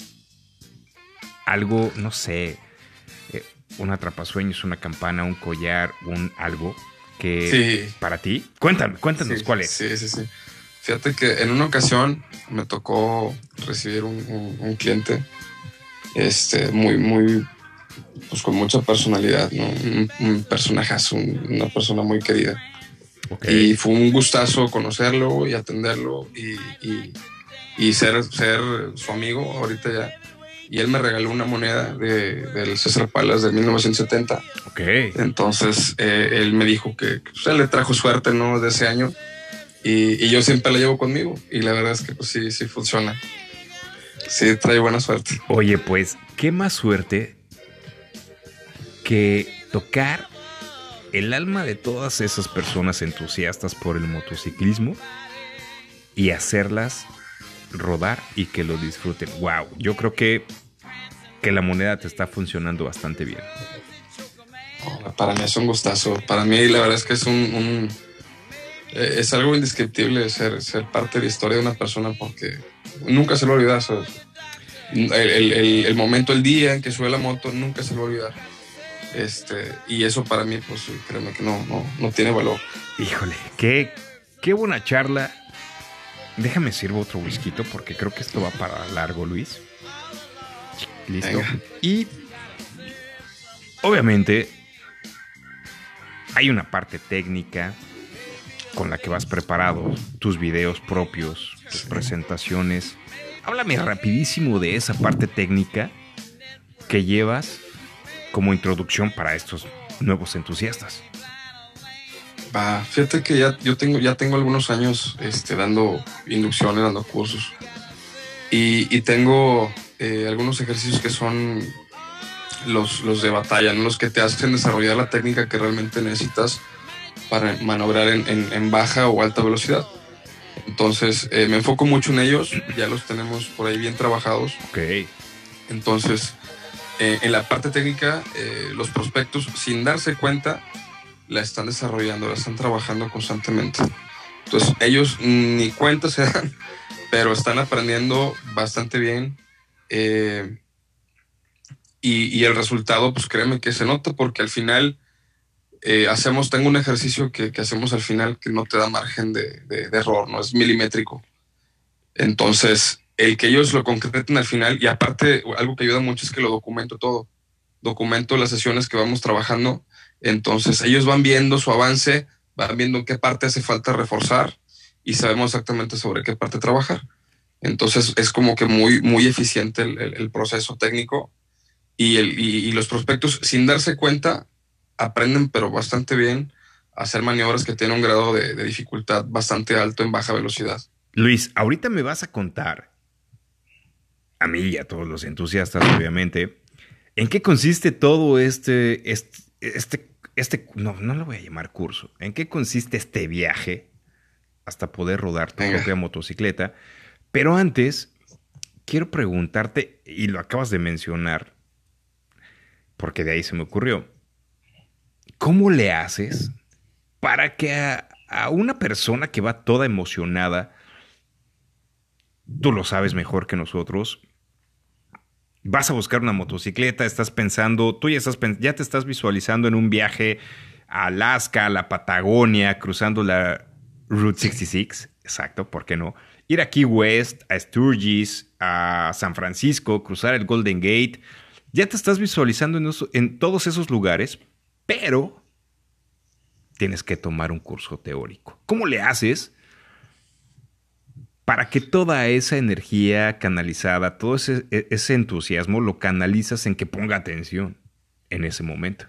Algo, no sé, eh, un atrapasueños, una campana, un collar, un algo que Sí. para ti. Cuéntame, cuéntanos Sí, cuál es. Sí, sí, sí. Fíjate que en una ocasión me tocó recibir un, un, un cliente este, muy, muy, pues con mucha personalidad, ¿no? Un, un personajazo, un- una persona muy querida. Ok. Y fue un gustazo conocerlo y atenderlo y, y, y ser, ser su amigo ahorita ya. Y él me regaló una moneda de, del César Palas de mil novecientos setenta. Ok. Entonces eh, él me dijo que pues, él le trajo suerte, ¿no? De ese año. Y, y yo siempre la llevo conmigo. Y la verdad es que pues, sí, sí funciona. Sí, trae buena suerte. Oye, pues, qué más suerte que tocar el alma de todas esas personas entusiastas por el motociclismo y hacerlas rodar y que lo disfruten. Wow, yo creo que, que la moneda te está funcionando bastante bien. Oh, para mí es un gustazo. Para mí la verdad es que es un... un eh, es algo indescriptible ser, ser parte de la historia de una persona porque nunca se lo va a olvidar, ¿sabes? El, el, el, el momento, el día en que sube la moto, nunca se lo va a olvidar. Este, y eso para mí, pues créeme que no, no, no tiene valor. Híjole, qué, qué buena charla. Déjame sirvo otro whisky porque creo que esto va para largo, Luis. Listo. Venga. Y obviamente hay una parte técnica con la que vas preparado, tus videos propios, tus Sí. presentaciones. Háblame rapidísimo de esa parte técnica que llevas como introducción para estos nuevos entusiastas. Va, fíjate que ya yo tengo, ya tengo algunos años este, dando inducciones, dando cursos. Y, y tengo eh, algunos ejercicios que son los, los de batalla, ¿no? Los que te hacen desarrollar la técnica que realmente necesitas para maniobrar en, en, en baja o alta velocidad. Entonces eh, me enfoco mucho en ellos, ya los tenemos por ahí bien trabajados. Ok. Entonces, eh, en la parte técnica, eh, los prospectos, sin darse cuenta, la están desarrollando, la están trabajando constantemente. Entonces, ellos ni cuenta se dan, pero están aprendiendo bastante bien. Eh, y, y el resultado, pues créeme que se nota, porque al final eh, hacemos, tengo un ejercicio que, que hacemos al final que no te da margen de, de, de error, no es milimétrico. Entonces, el que ellos lo concreten al final, y aparte, algo que ayuda mucho es que lo documento todo. Documento las sesiones que vamos trabajando. Entonces, ellos van viendo su avance, van viendo en qué parte hace falta reforzar y sabemos exactamente sobre qué parte trabajar. Entonces, es como que muy, muy eficiente el, el, el proceso técnico y, el, y, y los prospectos, sin darse cuenta, aprenden, pero bastante bien, a hacer maniobras que tienen un grado de, de dificultad bastante alto en baja velocidad. Luis, ahorita me vas a contar, a mí y a todos los entusiastas, obviamente, en qué consiste todo este, este, este, este no, no lo voy a llamar curso, en qué consiste este viaje hasta poder rodar tu Venga. propia motocicleta. Pero antes, quiero preguntarte, y lo acabas de mencionar, porque de ahí se me ocurrió, ¿cómo le haces para que a, a una persona que va toda emocionada, tú lo sabes mejor que nosotros, vas a buscar una motocicleta, estás pensando, tú ya, estás, ya te estás visualizando en un viaje a Alaska, a la Patagonia, cruzando la Route sesenta y seis, exacto, ¿por qué no? Ir a Key West, a Sturgis, a San Francisco, cruzar el Golden Gate, ya te estás visualizando en, eso, en todos esos lugares, pero tienes que tomar un curso teórico. ¿Cómo le haces para que toda esa energía canalizada, todo ese, ese entusiasmo, lo canalizas en que ponga atención en ese momento?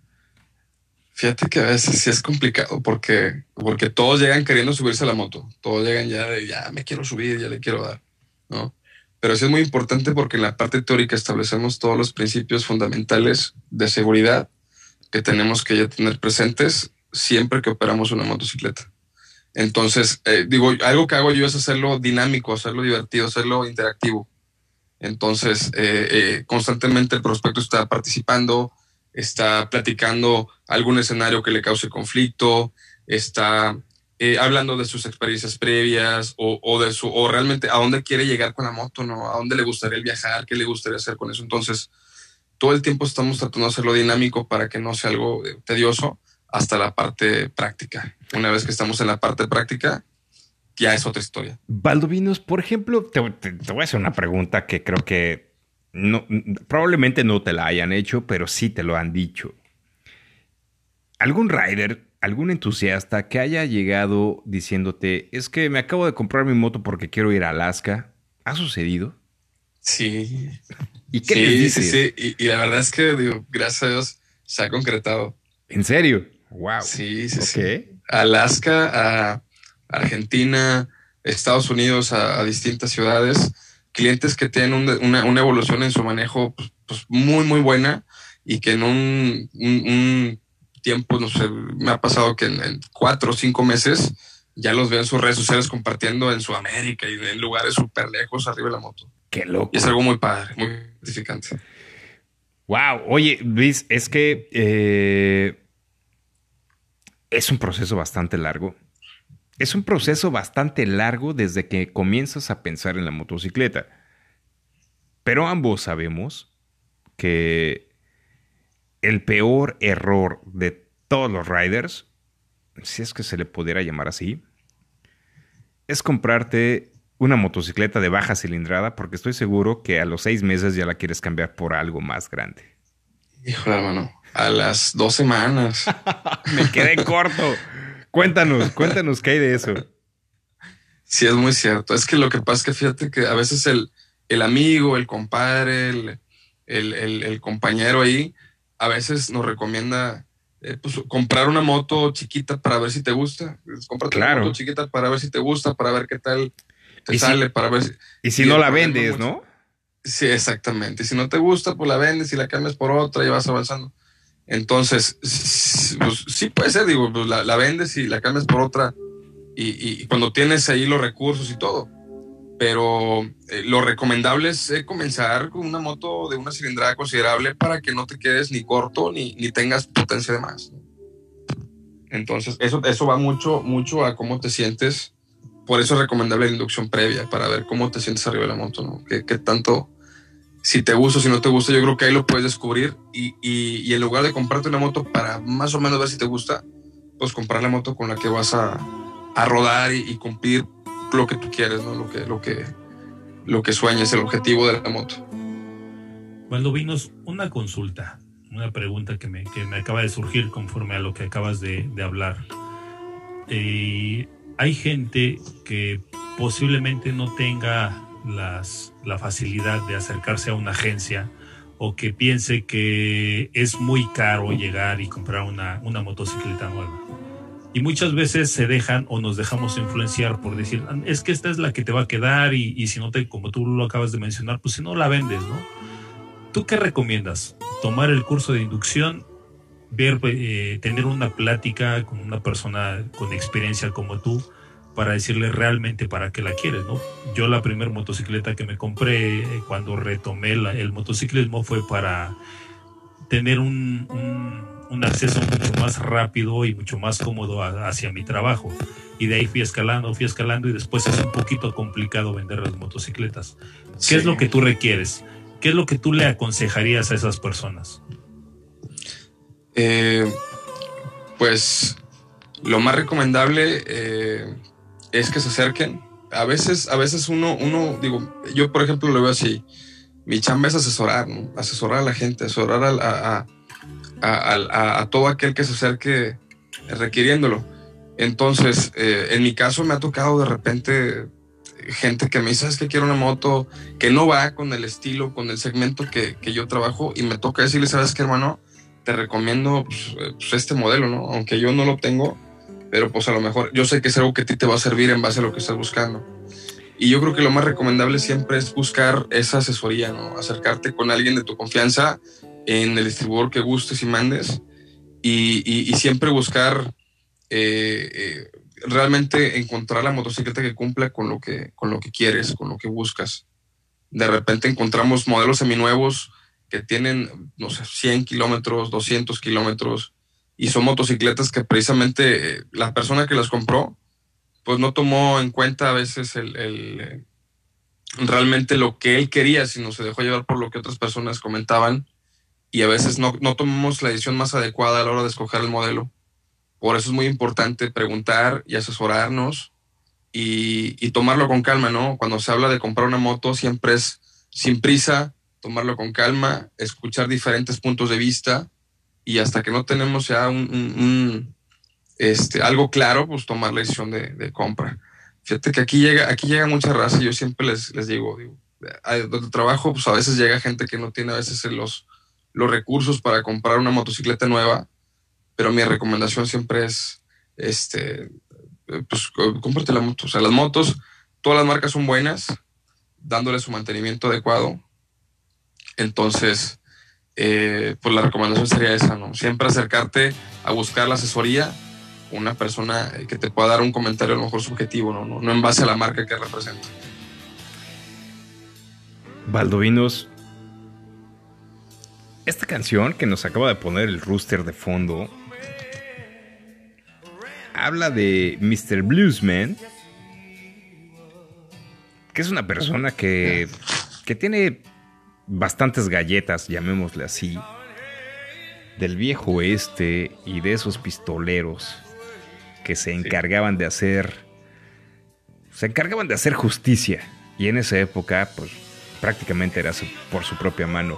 Fíjate que a veces sí es complicado porque, porque todos llegan queriendo subirse a la moto. Todos llegan ya de, ya me quiero subir, ya le quiero dar, ¿no? Pero sí es muy importante porque en la parte teórica establecemos todos los principios fundamentales de seguridad que tenemos que ya tener presentes siempre que operamos una motocicleta. Entonces, eh, digo, algo que hago yo es hacerlo dinámico, hacerlo divertido, hacerlo interactivo. Entonces, eh, eh, constantemente el prospecto está participando, está platicando algún escenario que le cause conflicto, está eh, hablando de sus experiencias previas o, o de su o realmente a dónde quiere llegar con la moto, ¿no? A dónde le gustaría viajar, qué le gustaría hacer con eso. Entonces, todo el tiempo estamos tratando de hacerlo dinámico para que no sea algo eh, tedioso hasta la parte práctica. Una vez que estamos en la parte práctica, ya es otra historia. Baldovinos, por ejemplo, te, te, te voy a hacer una pregunta que creo que no, probablemente no te la hayan hecho, pero sí te lo han dicho. ¿Algún rider, algún entusiasta que haya llegado diciéndote, es que me acabo de comprar mi moto porque quiero ir a Alaska? ¿Ha sucedido? Sí. ¿Y qué sí, les dices? Sí, sí, y, y la verdad es que, digo, gracias a Dios, se ha concretado. ¿En serio? Wow. Sí, sí, okay. sí. Alaska, a Argentina, Estados Unidos, a, a distintas ciudades. Clientes que tienen un, una, una evolución en su manejo pues, pues muy, muy buena y que en un, un, un tiempo, no sé, me ha pasado que en, en cuatro o cinco meses ya los veo en sus redes sociales compartiendo en Sudamérica y en lugares súper lejos arriba de la moto. Qué loco. Y es algo muy padre, muy gratificante. Wow. Oye, Luis, es que eh, es un proceso bastante largo. Es un proceso bastante largo desde que comienzas a pensar en la motocicleta. Pero ambos sabemos que el peor error de todos los riders, si es que se le pudiera llamar así, es comprarte una motocicleta de baja cilindrada, porque estoy seguro que a los seis meses ya la quieres cambiar por algo más grande. Híjole, hermano, a las dos semanas. Me quedé corto. Cuéntanos, cuéntanos qué hay de eso. Sí, es muy cierto. Es que lo que pasa es que fíjate que a veces el, el amigo, el compadre, el, el, el, el compañero ahí, a veces nos recomienda eh, pues, comprar una moto chiquita para ver si te gusta. Cómprate Claro. una moto chiquita para ver si te gusta, para ver qué tal te Y si- sale, para ver si... Y si y no el la problema vendes, mucho- ¿no? Sí, exactamente. Si no te gusta, pues la vendes y la cambias por otra y vas avanzando. Entonces, s- pues, sí puede ser, digo, pues la, la vendes y la cambias por otra y, y- y cuando tienes ahí los recursos y todo. Pero eh, lo recomendable es eh, comenzar con una moto de una cilindrada considerable para que no te quedes ni corto ni, ni tengas potencia de más, ¿no? Entonces, eso, eso va mucho, mucho a cómo te sientes. Por eso es recomendable la inducción previa, para ver cómo te sientes arriba de la moto, ¿no? Qué, qué tanto, si te gusta o si no te gusta, yo creo que ahí lo puedes descubrir. Y, y, y en lugar de comprarte una moto para más o menos ver si te gusta, pues comprar la moto con la que vas a, a rodar y, y cumplir lo que tú quieres, ¿no? Lo que, lo que, lo que sueñes, el objetivo de la moto. Valdovinos, una consulta, una pregunta que me, que me acaba de surgir conforme a lo que acabas de, de hablar. Eh, hay gente que posiblemente no tenga las, la facilidad de acercarse a una agencia o que piense que es muy caro llegar y comprar una, una motocicleta nueva. Y muchas veces se dejan o nos dejamos influenciar por decir, es que esta es la que te va a quedar y, y si no te, como tú lo acabas de mencionar, pues si no la vendes, ¿no? ¿Tú qué recomiendas? ¿Tomar el curso de inducción? Ver, eh, tener una plática con una persona con experiencia como tú para decirle realmente para qué la quieres, ¿no? Yo la primera motocicleta que me compré eh, cuando retomé la, el motociclismo fue para tener un, un, un acceso mucho más rápido y mucho más cómodo a, hacia mi trabajo. Y de ahí fui escalando, fui escalando y después es un poquito complicado vender las motocicletas. ¿Qué Sí. es lo que tú requieres? ¿Qué es lo que tú le aconsejarías a esas personas? Eh, pues lo más recomendable eh, es que se acerquen. A veces, a veces uno, uno, digo, yo por ejemplo lo veo así. Mi chamba es asesorar, ¿no? Asesorar a la gente, asesorar a, a, a, a, a, a todo aquel que se acerque requiriéndolo. Entonces, eh, en mi caso me ha tocado de repente gente que me dice, ¿sabes qué? Quiero una moto que no va con el estilo, con el segmento que, que yo trabajo, y me toca decirle, ¿sabes qué, hermano? Te recomiendo pues, pues este modelo, ¿no? Aunque yo no lo tengo, pero pues a lo mejor yo sé que es algo que a ti te va a servir en base a lo que estás buscando. Y yo creo que lo más recomendable siempre es buscar esa asesoría, ¿no? Acercarte con alguien de tu confianza en el distribuidor que gustes y mandes y, y, y siempre buscar eh, eh, realmente encontrar la motocicleta que cumpla con lo que, con lo que quieres, con lo que buscas. De repente encontramos modelos seminuevos que tienen, no sé, cien kilómetros, doscientos kilómetros, y son motocicletas que precisamente eh, la persona que las compró, pues no tomó en cuenta a veces el, el, eh, realmente lo que él quería, sino se dejó llevar por lo que otras personas comentaban, y a veces no, no tomamos la decisión más adecuada a la hora de escoger el modelo. Por eso es muy importante preguntar y asesorarnos y, y tomarlo con calma, ¿no? Cuando se habla de comprar una moto siempre es sin prisa, tomarlo con calma, escuchar diferentes puntos de vista y hasta que no tenemos ya un, un, un, este, algo claro, pues tomar la decisión de, de compra. Fíjate que aquí llega, aquí llega mucha raza y yo siempre les, les digo, digo, donde trabajo, pues a veces llega gente que no tiene a veces los, los recursos para comprar una motocicleta nueva, pero mi recomendación siempre es, este, pues cómprate la moto. O sea, las motos, todas las marcas son buenas, dándole su mantenimiento adecuado. Entonces, eh, pues la recomendación sería esa, ¿no? Siempre acercarte a buscar la asesoría, una persona que te pueda dar un comentario a lo mejor subjetivo, ¿no? No, no en base a la marca que representa. Valdovinos, esta canción que nos acaba de poner el Rooster de fondo habla de mister Bluesman, que es una persona que, que tiene bastantes galletas, llamémosle así, del viejo oeste y de esos pistoleros que se encargaban de hacer, se encargaban de hacer justicia. Y en esa época, pues prácticamente era su, por su propia mano.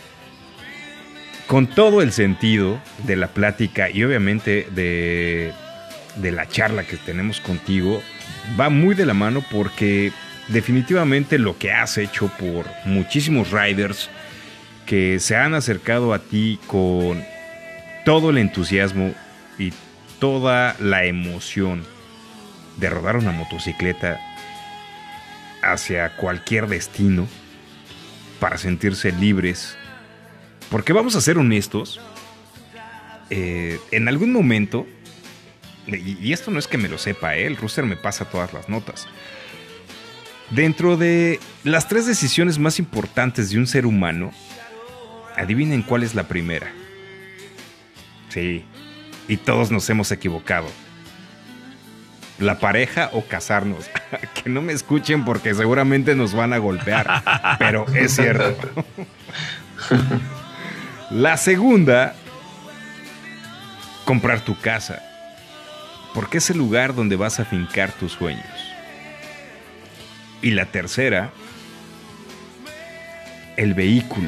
Con todo el sentido de la plática y obviamente de, de la charla que tenemos contigo, va muy de la mano porque definitivamente lo que has hecho por muchísimos riders que se han acercado a ti con todo el entusiasmo y toda la emoción de rodar una motocicleta hacia cualquier destino para sentirse libres. Porque vamos a ser honestos, eh, en algún momento, y, y esto no es que me lo sepa, ¿eh? El Rooster me pasa todas las notas. Dentro de las tres decisiones más importantes de un ser humano, adivinen cuál es la primera. Sí, y todos nos hemos equivocado. La pareja o casarnos. Que no me escuchen porque seguramente nos van a golpear, pero es cierto. La segunda, comprar tu casa, porque es el lugar donde vas a fincar tus sueños. Y la tercera, el vehículo,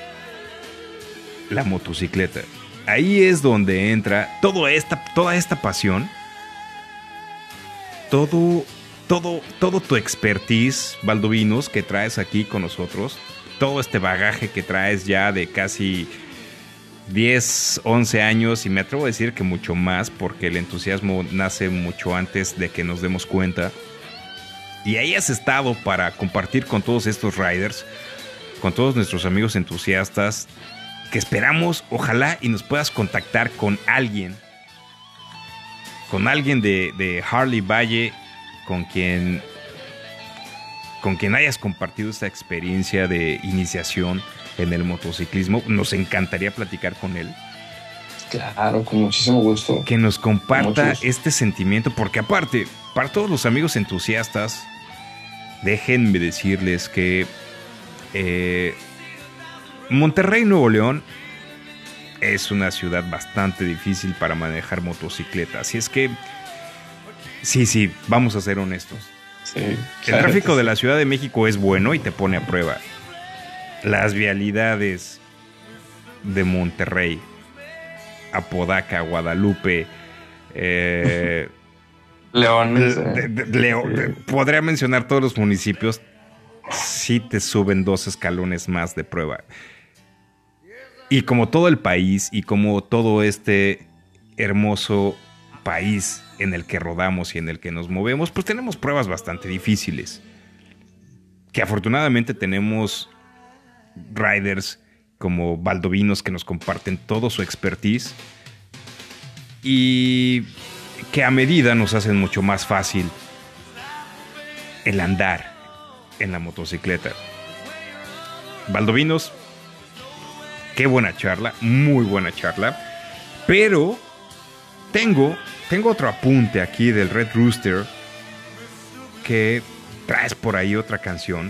la motocicleta. Ahí es donde entra toda esta, toda esta pasión, todo, todo, todo tu expertise, Valdovinos, que traes aquí con nosotros, todo este bagaje que traes ya de casi diez, once años, y me atrevo a decir que mucho más, porque el entusiasmo nace mucho antes de que nos demos cuenta. Y ahí has estado para compartir con todos estos riders, con todos nuestros amigos entusiastas, que esperamos, ojalá, y nos puedas contactar con alguien, con alguien de, de Harley Valle, con quien, con quien hayas compartido esta experiencia de iniciación en el motociclismo. Nos encantaría platicar con él. Claro, con muchísimo gusto. Que nos comparta este sentimiento, porque aparte, para todos los amigos entusiastas, déjenme decirles que eh, Monterrey, Nuevo León, es una ciudad bastante difícil para manejar motocicletas. Así es que, sí, sí, vamos a ser honestos. Sí, el claro, tráfico sí. de la Ciudad de México es bueno y te pone a prueba. Las vialidades de Monterrey, Apodaca, Guadalupe, eh, León. de, de, de, León, de, podría mencionar todos los municipios. Sí te suben dos escalones más de prueba. Y como todo el país y como todo este hermoso país en el que rodamos y en el que nos movemos, pues tenemos pruebas bastante difíciles. Que afortunadamente tenemos riders como Valdovinos que nos comparten todo su expertise y que a medida nos hacen mucho más fácil el andar en la motocicleta. Valdovinos, qué buena charla, muy buena charla. Pero tengo, tengo otro apunte aquí del Red Rooster, que traes por ahí otra canción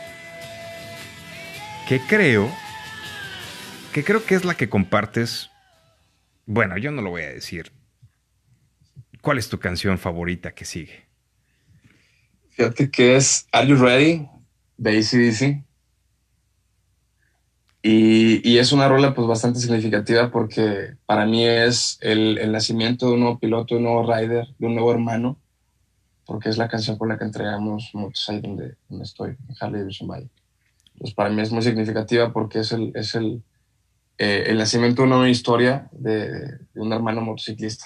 que creo, que creo que es la que compartes. Bueno, yo no lo voy a decir. ¿Cuál es tu canción favorita que sigue? Fíjate que es Are You Ready de A C D C. Y, y es una rola pues bastante significativa porque para mí es el, el nacimiento de un nuevo piloto, de un nuevo rider, de un nuevo hermano, porque es la canción con la que entregamos muchos ahí donde, donde estoy, en Harley Davidson Valle. Pues para mí es muy significativa porque es el, es el, eh, el nacimiento de una nueva historia de, de un hermano motociclista.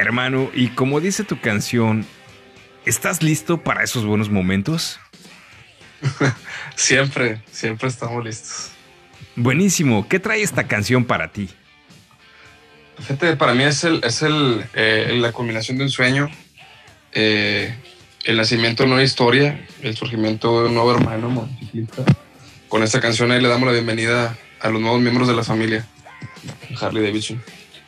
hermano, y como dice tu canción, ¿estás listo para esos buenos momentos? Siempre, siempre estamos listos. Buenísimo. ¿Qué trae esta canción para ti? Fíjate, para mí es, el, es el, eh, la culminación de un sueño, eh, el nacimiento de una nueva historia, el surgimiento de un nuevo hermano motociclista. Con esta canción ahí le damos la bienvenida a los nuevos miembros de la familia Harley Davidson.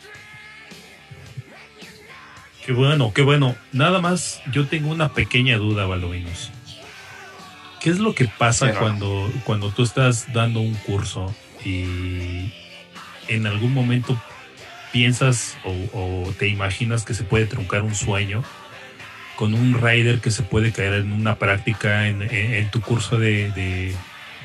Qué bueno, qué bueno. Nada más, yo tengo una pequeña duda, Baldovinos. ¿Qué es lo que pasa Pero, cuando, cuando tú estás dando un curso y en algún momento piensas o, o te imaginas que se puede truncar un sueño con un rider que se puede caer en una práctica en, en, en tu curso de, de,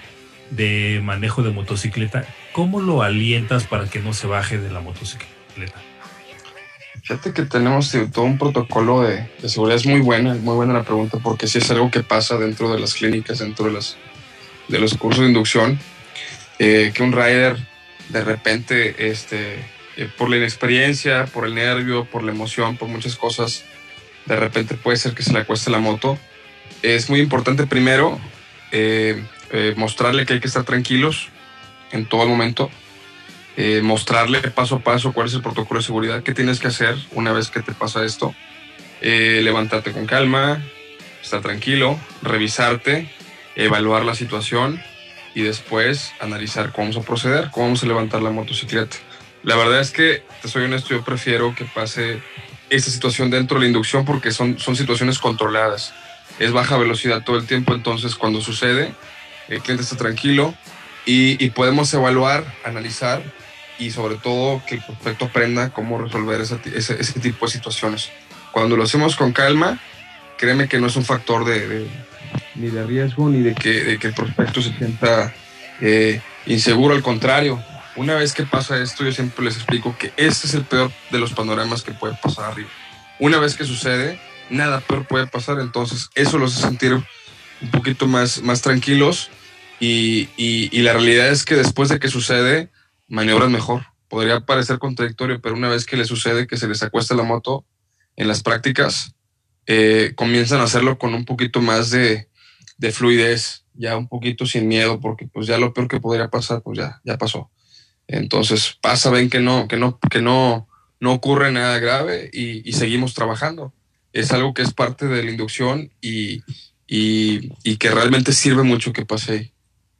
de manejo de motocicleta? ¿Cómo lo alientas para que no se baje de la motocicleta? Fíjate que tenemos todo un protocolo de, de seguridad. Es muy buena, muy buena la pregunta, porque sí es algo que pasa dentro de las clínicas, dentro de, las, de los cursos de inducción, eh, que un rider de repente, este, eh, por la inexperiencia, por el nervio, por la emoción, por muchas cosas, de repente puede ser que se le acueste la moto. Es muy importante primero eh, eh, mostrarle que hay que estar tranquilos en todo el momento. Eh, mostrarle paso a paso cuál es el protocolo de seguridad, qué tienes que hacer una vez que te pasa esto. Eh, levantarte con calma, estar tranquilo, revisarte, evaluar la situación y después analizar cómo vamos a proceder, cómo vamos a levantar la motocicleta. La verdad es que, te soy honesto, yo prefiero que pase esta situación dentro de la inducción porque son, son situaciones controladas. Es baja velocidad todo el tiempo, entonces cuando sucede, el cliente está tranquilo y, y podemos evaluar, analizar y sobre todo que el prospecto aprenda cómo resolver ese, ese, ese tipo de situaciones. Cuando lo hacemos con calma, créeme que no es un factor de, de, ni de riesgo ni de que, de que el prospecto se sienta eh, inseguro, al contrario. Una vez que pasa esto, yo siempre les explico que este es el peor de los panoramas que puede pasar arriba. Una vez que sucede, nada peor puede pasar, entonces eso los hace sentir un poquito más, más tranquilos y, y, y la realidad es que después de que sucede, maniobran mejor. Podría parecer contradictorio, pero una vez que les sucede que se les acuesta la moto en las prácticas, eh, comienzan a hacerlo con un poquito más de, de fluidez, ya un poquito sin miedo, porque pues ya lo peor que podría pasar, pues ya, ya pasó. Entonces pasa, ven que no, que no, que no, no ocurre nada grave y, y seguimos trabajando. Es algo que es parte de la inducción y, y, y que realmente sirve mucho que pase ahí.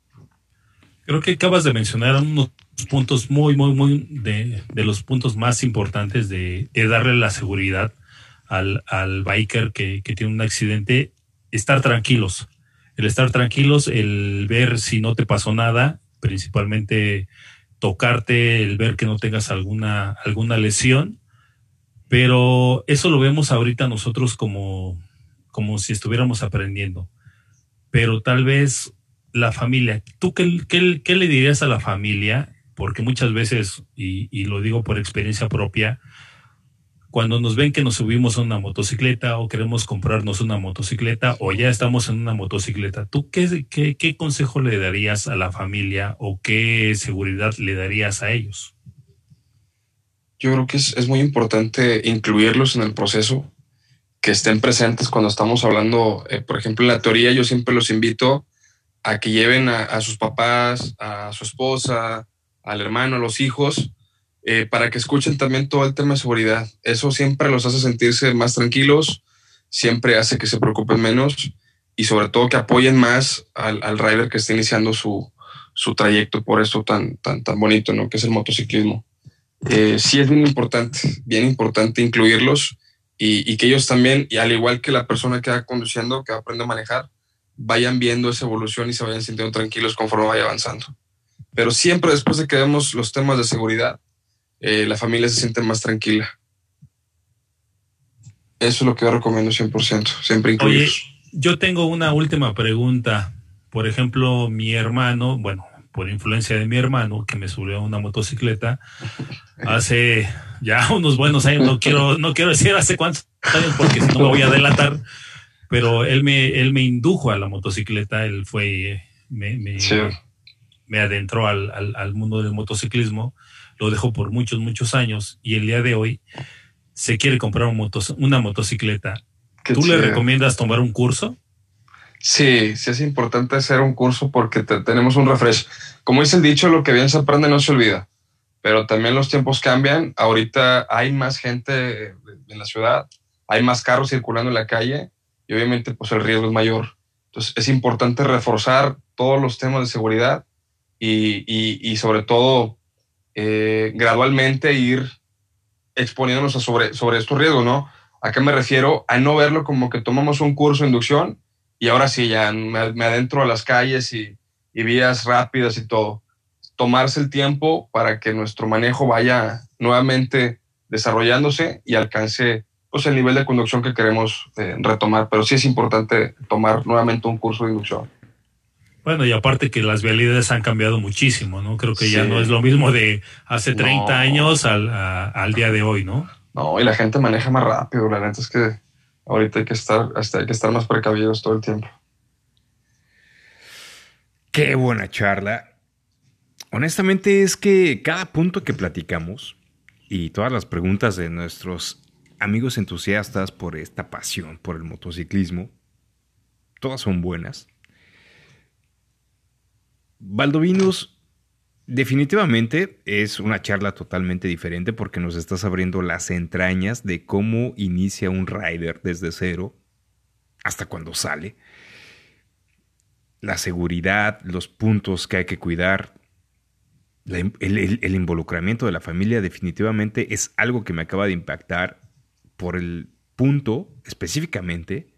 Creo que acabas de mencionar unos puntos muy, muy, muy de, de los puntos más importantes de, de darle la seguridad al, al biker que, que tiene un accidente. Estar tranquilos. El estar tranquilos, el ver si no te pasó nada, principalmente tocarte, el ver que no tengas alguna, alguna lesión. Pero eso lo vemos ahorita nosotros como, como si estuviéramos aprendiendo. Pero tal vez la familia, ¿tú qué, qué, qué le dirías a la familia? Porque muchas veces, y, y lo digo por experiencia propia, cuando nos ven que nos subimos a una motocicleta o queremos comprarnos una motocicleta o ya estamos en una motocicleta, ¿tú qué, qué, qué consejo le darías a la familia o qué seguridad le darías a ellos? Yo creo que es, es muy importante incluirlos en el proceso, que estén presentes cuando estamos hablando. Eh, por ejemplo, en la teoría yo siempre los invito a que lleven a, a sus papás, a su esposa, al hermano, a los hijos, eh, para que escuchen también todo el tema de seguridad. Eso siempre los hace sentirse más tranquilos, siempre hace que se preocupen menos y sobre todo que apoyen más al, al rider que está iniciando su, su trayecto por esto tan, tan, tan bonito, ¿no? Que es el motociclismo. Eh, sí es bien importante, bien importante incluirlos y, y que ellos también, y al igual que la persona que va conduciendo, que va a aprender a manejar, vayan viendo esa evolución y se vayan sintiendo tranquilos conforme vaya avanzando. Pero siempre después de que vemos los temas de seguridad, eh, la familia se siente más tranquila. Eso es lo que yo recomiendo cien por ciento, siempre incluirlos. Oye, yo tengo una última pregunta. Por ejemplo, mi hermano, bueno, por influencia de mi hermano, que me subió a una motocicleta hace ya unos buenos años, no quiero, no quiero decir hace cuántos años porque si no me voy a delatar, pero él me, él me indujo a la motocicleta, él fue, me, me, Sí. me adentró al, al, al mundo del motociclismo, lo dejó por muchos, muchos años y el día de hoy se quiere comprar un motos, una motocicleta, Qué ¿tú chido. le recomiendas tomar un curso? Sí, sí es importante hacer un curso porque te- tenemos un refresh. Como dice el dicho, lo que bien se aprende no se olvida. Pero también los tiempos cambian. Ahorita hay más gente en la ciudad, hay más carros circulando en la calle y obviamente pues el riesgo es mayor. Entonces es importante reforzar todos los temas de seguridad y, y, y sobre todo eh, gradualmente ir exponiéndonos a sobre, sobre estos riesgos, ¿no? ¿A qué me refiero? A no verlo como que tomamos un curso de inducción y ahora sí ya me, me adentro a las calles y, y vías rápidas y todo. Tomarse el tiempo para que nuestro manejo vaya nuevamente desarrollándose y alcance pues, el nivel de conducción que queremos eh, retomar. Pero sí es importante tomar nuevamente un curso de inducción. Bueno, y aparte que las vialidades han cambiado muchísimo, ¿no? Creo que Sí. ya no es lo mismo de hace treinta No. años al, a- al día de hoy, ¿no? No, y la gente maneja más rápido. La neta es que ahorita hay que estar, hasta hay que estar más precavidos todo el tiempo. Qué buena charla. Honestamente es que cada punto que platicamos y todas las preguntas de nuestros amigos entusiastas por esta pasión por el motociclismo, todas son buenas. Valdovinos, definitivamente es una charla totalmente diferente porque nos estás abriendo las entrañas de cómo inicia un rider desde cero hasta cuando sale. La seguridad, los puntos que hay que cuidar, la, el, el, el involucramiento de la familia definitivamente es algo que me acaba de impactar por el punto específicamente,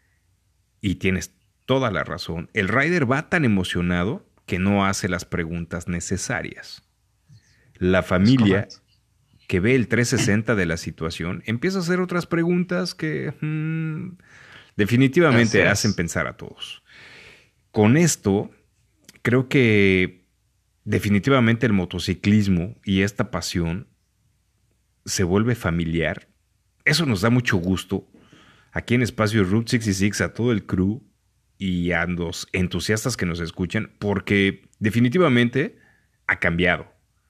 y tienes toda la razón. El rider va tan emocionado que no hace las preguntas necesarias. La familia que ve el trescientos sesenta de la situación empieza a hacer otras preguntas que hmm, definitivamente Así es. hacen pensar a todos. Con esto, creo que definitivamente el motociclismo y esta pasión se vuelve familiar. Eso nos da mucho gusto. Aquí en Espacio Route sesenta y seis, a todo el crew y a los entusiastas que nos escuchan, porque definitivamente ha cambiado.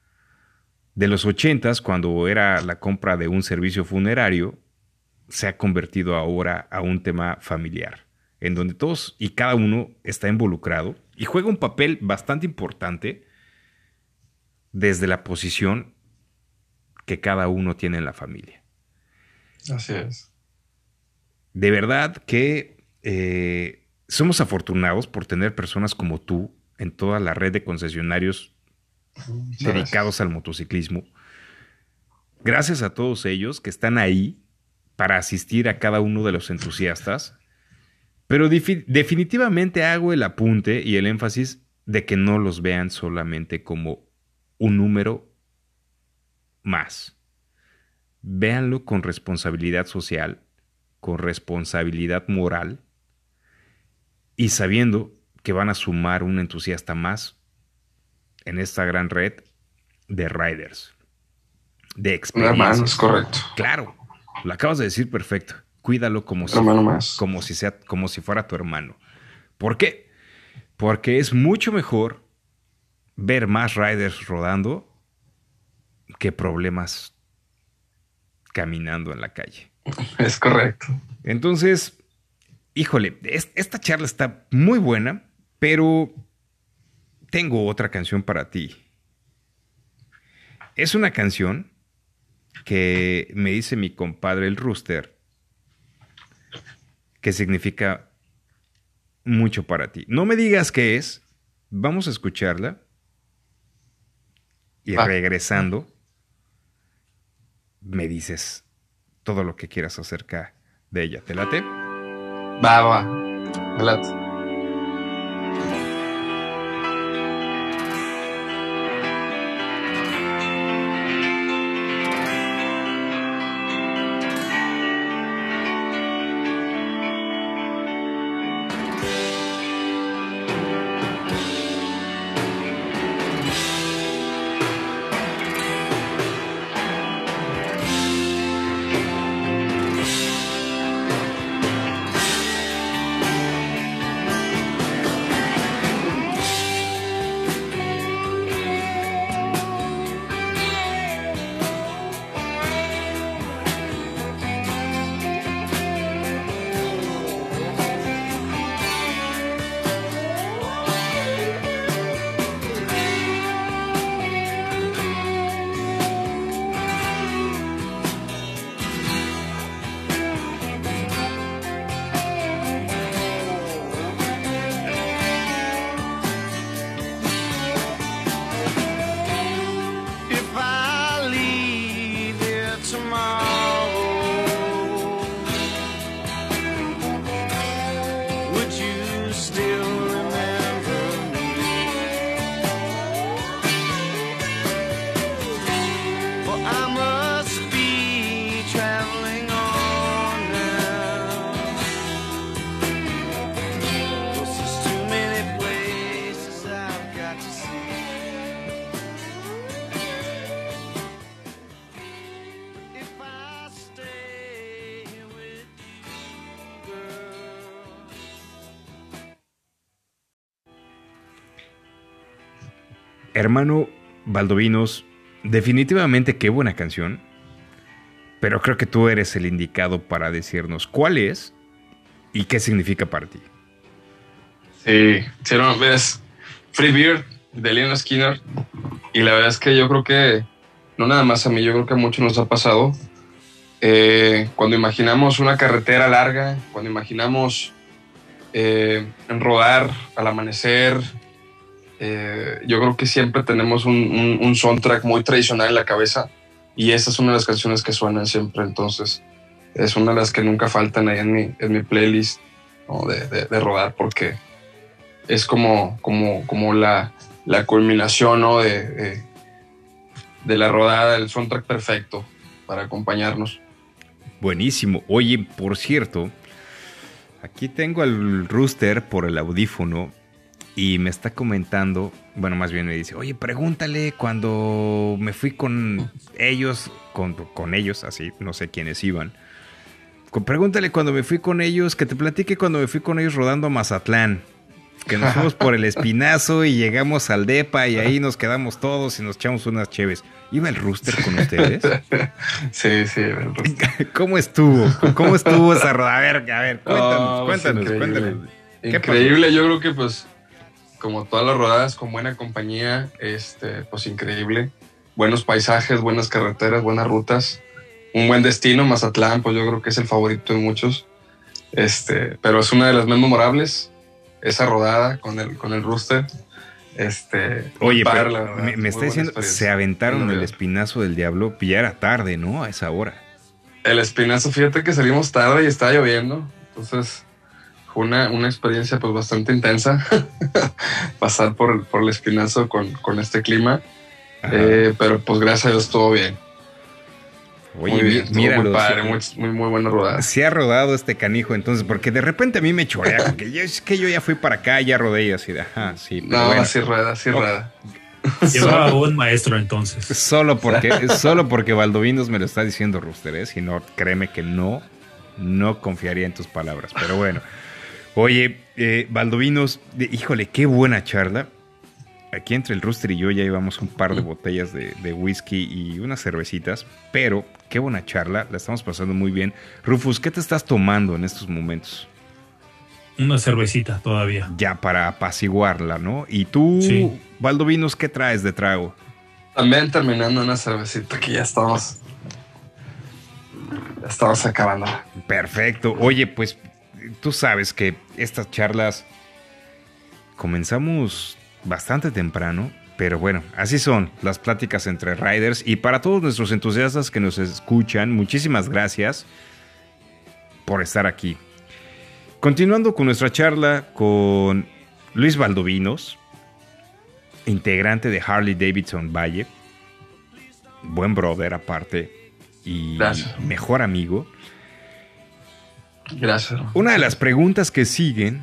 De los ochentas, cuando era la compra de un servicio funerario, se ha convertido ahora a un tema familiar, en donde todos y cada uno está involucrado y juega un papel bastante importante desde la posición que cada uno tiene en la familia. Así es. De verdad que eh, somos afortunados por tener personas como tú en toda la red de concesionarios Muchas dedicados gracias. al motociclismo. Gracias a todos ellos que están ahí para asistir a cada uno de los entusiastas. Pero defi- definitivamente hago el apunte y el énfasis de que no los vean solamente como un número más. Véanlo con responsabilidad social, con responsabilidad moral y sabiendo que van a sumar un entusiasta más en esta gran red de riders, de Un experiencias. hermano, es correcto. Claro, lo acabas de decir perfecto. Cuídalo como Un si, hermano más. como si sea, como si fuera tu hermano. ¿Por qué? Porque es mucho mejor ver más riders rodando que problemas caminando en la calle. Es correcto. Entonces, híjole, es- esta charla está muy buena, pero tengo otra canción para ti. Es una canción que me dice mi compadre el Rooster que significa mucho para ti. No me digas qué es, vamos a escucharla y Va. regresando me dices todo lo que quieras acerca de ella. ¿Te late? Va, va. Me late. Thank Hermano Valdovinos, definitivamente qué buena canción, pero creo que tú eres el indicado para decirnos cuál es y qué significa para ti. Sí, sí, no, ves, Free Beer de Lynyrd Skynyrd, y la verdad es que yo creo que, no nada más a mí, yo creo que a muchos nos ha pasado, eh, cuando imaginamos una carretera larga, cuando imaginamos eh, rodar al amanecer, eh, yo creo que siempre tenemos un, un, un soundtrack muy tradicional en la cabeza, y esa es una de las canciones que suenan siempre, entonces es una de las que nunca faltan ahí en mi, en mi playlist, ¿no? de, de, de rodar, porque es como, como, como la, la culminación, ¿no? de, de, de la rodada, el soundtrack perfecto para acompañarnos. Buenísimo. Oye, por cierto, aquí tengo al Rooster por el audífono y me está comentando, bueno, más bien me dice, oye, pregúntale cuando me fui con ellos, con, con ellos, así, no sé quiénes iban. Pregúntale cuando me fui con ellos, que te platique cuando me fui con ellos rodando a Mazatlán. Que nos fuimos por el Espinazo y llegamos al depa y ahí nos quedamos todos y nos echamos unas cheves. ¿Iba el Rooster con ustedes? Sí, sí. El ¿Cómo estuvo? ¿Cómo estuvo esa rodada? A ver, a ver, cuéntanos, oh, cuéntanos, increíble. cuéntanos. Increíble, yo creo que pues, como todas las rodadas, con buena compañía, este, pues increíble. Buenos paisajes, buenas carreteras, buenas rutas. Un buen destino, Mazatlán, pues yo creo que es el favorito de muchos. Este, pero es una de las más memorables. Esa rodada con el, con el Rooster. Este, Oye, par, pero verdad, me, me está diciendo, se aventaron el Espinazo del Diablo, y ya era tarde, ¿no? A esa hora. El Espinazo, fíjate que salimos tarde y estaba lloviendo. Entonces, fue una, una experiencia pues bastante intensa. Pasar por, por el Espinazo con, con este clima. Eh, pero pues gracias a Dios todo bien. Oye, muy bien, mira, muy padre, muy, muy, muy buena rodada. Se ha rodado este canijo, entonces, porque de repente a mí me chorea, porque yo, es que yo ya fui para acá, ya rodé y así de, ajá, sí. Pero no, bueno. así rueda, así oh. rueda. Llevaba buen maestro entonces. Solo porque, solo porque Valdovinos me lo está diciendo Rooster, ¿eh? Si no, créeme que no, no confiaría en tus palabras. Pero bueno, oye, eh, Valdovinos, de, híjole, qué buena charla. Aquí entre el Rooster y yo ya llevamos un par de botellas de, de whisky y unas cervecitas, pero qué buena charla, la estamos pasando muy bien. Rufus, ¿qué te estás tomando en estos momentos? Una cervecita todavía. Ya para apaciguarla, ¿no? Y tú, sí. Valdovinos, ¿qué traes de trago? También terminando una cervecita que ya estamos, ya estamos acabando. Perfecto. Oye, pues tú sabes que estas charlas comenzamos bastante temprano, pero bueno, así son las pláticas entre riders. Y para todos nuestros entusiastas que nos escuchan, muchísimas gracias por estar aquí. Continuando con nuestra charla con Luis Valdovinos, integrante de Harley Davidson Valle, buen brother aparte y gracias. Mejor amigo. Gracias. Una de las preguntas que siguen: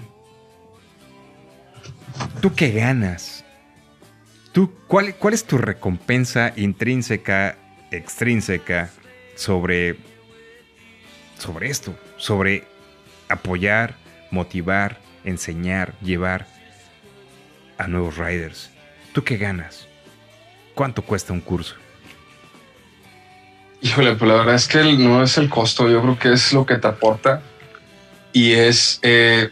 ¿tú qué ganas? ¿Tú, cuál, ¿Cuál es tu recompensa intrínseca, extrínseca sobre, sobre esto? Sobre apoyar, motivar, enseñar, llevar a nuevos riders. ¿Tú qué ganas? ¿Cuánto cuesta un curso? Híjole, pues la verdad es que no es el costo. Yo creo que es lo que te aporta. Y es... Eh,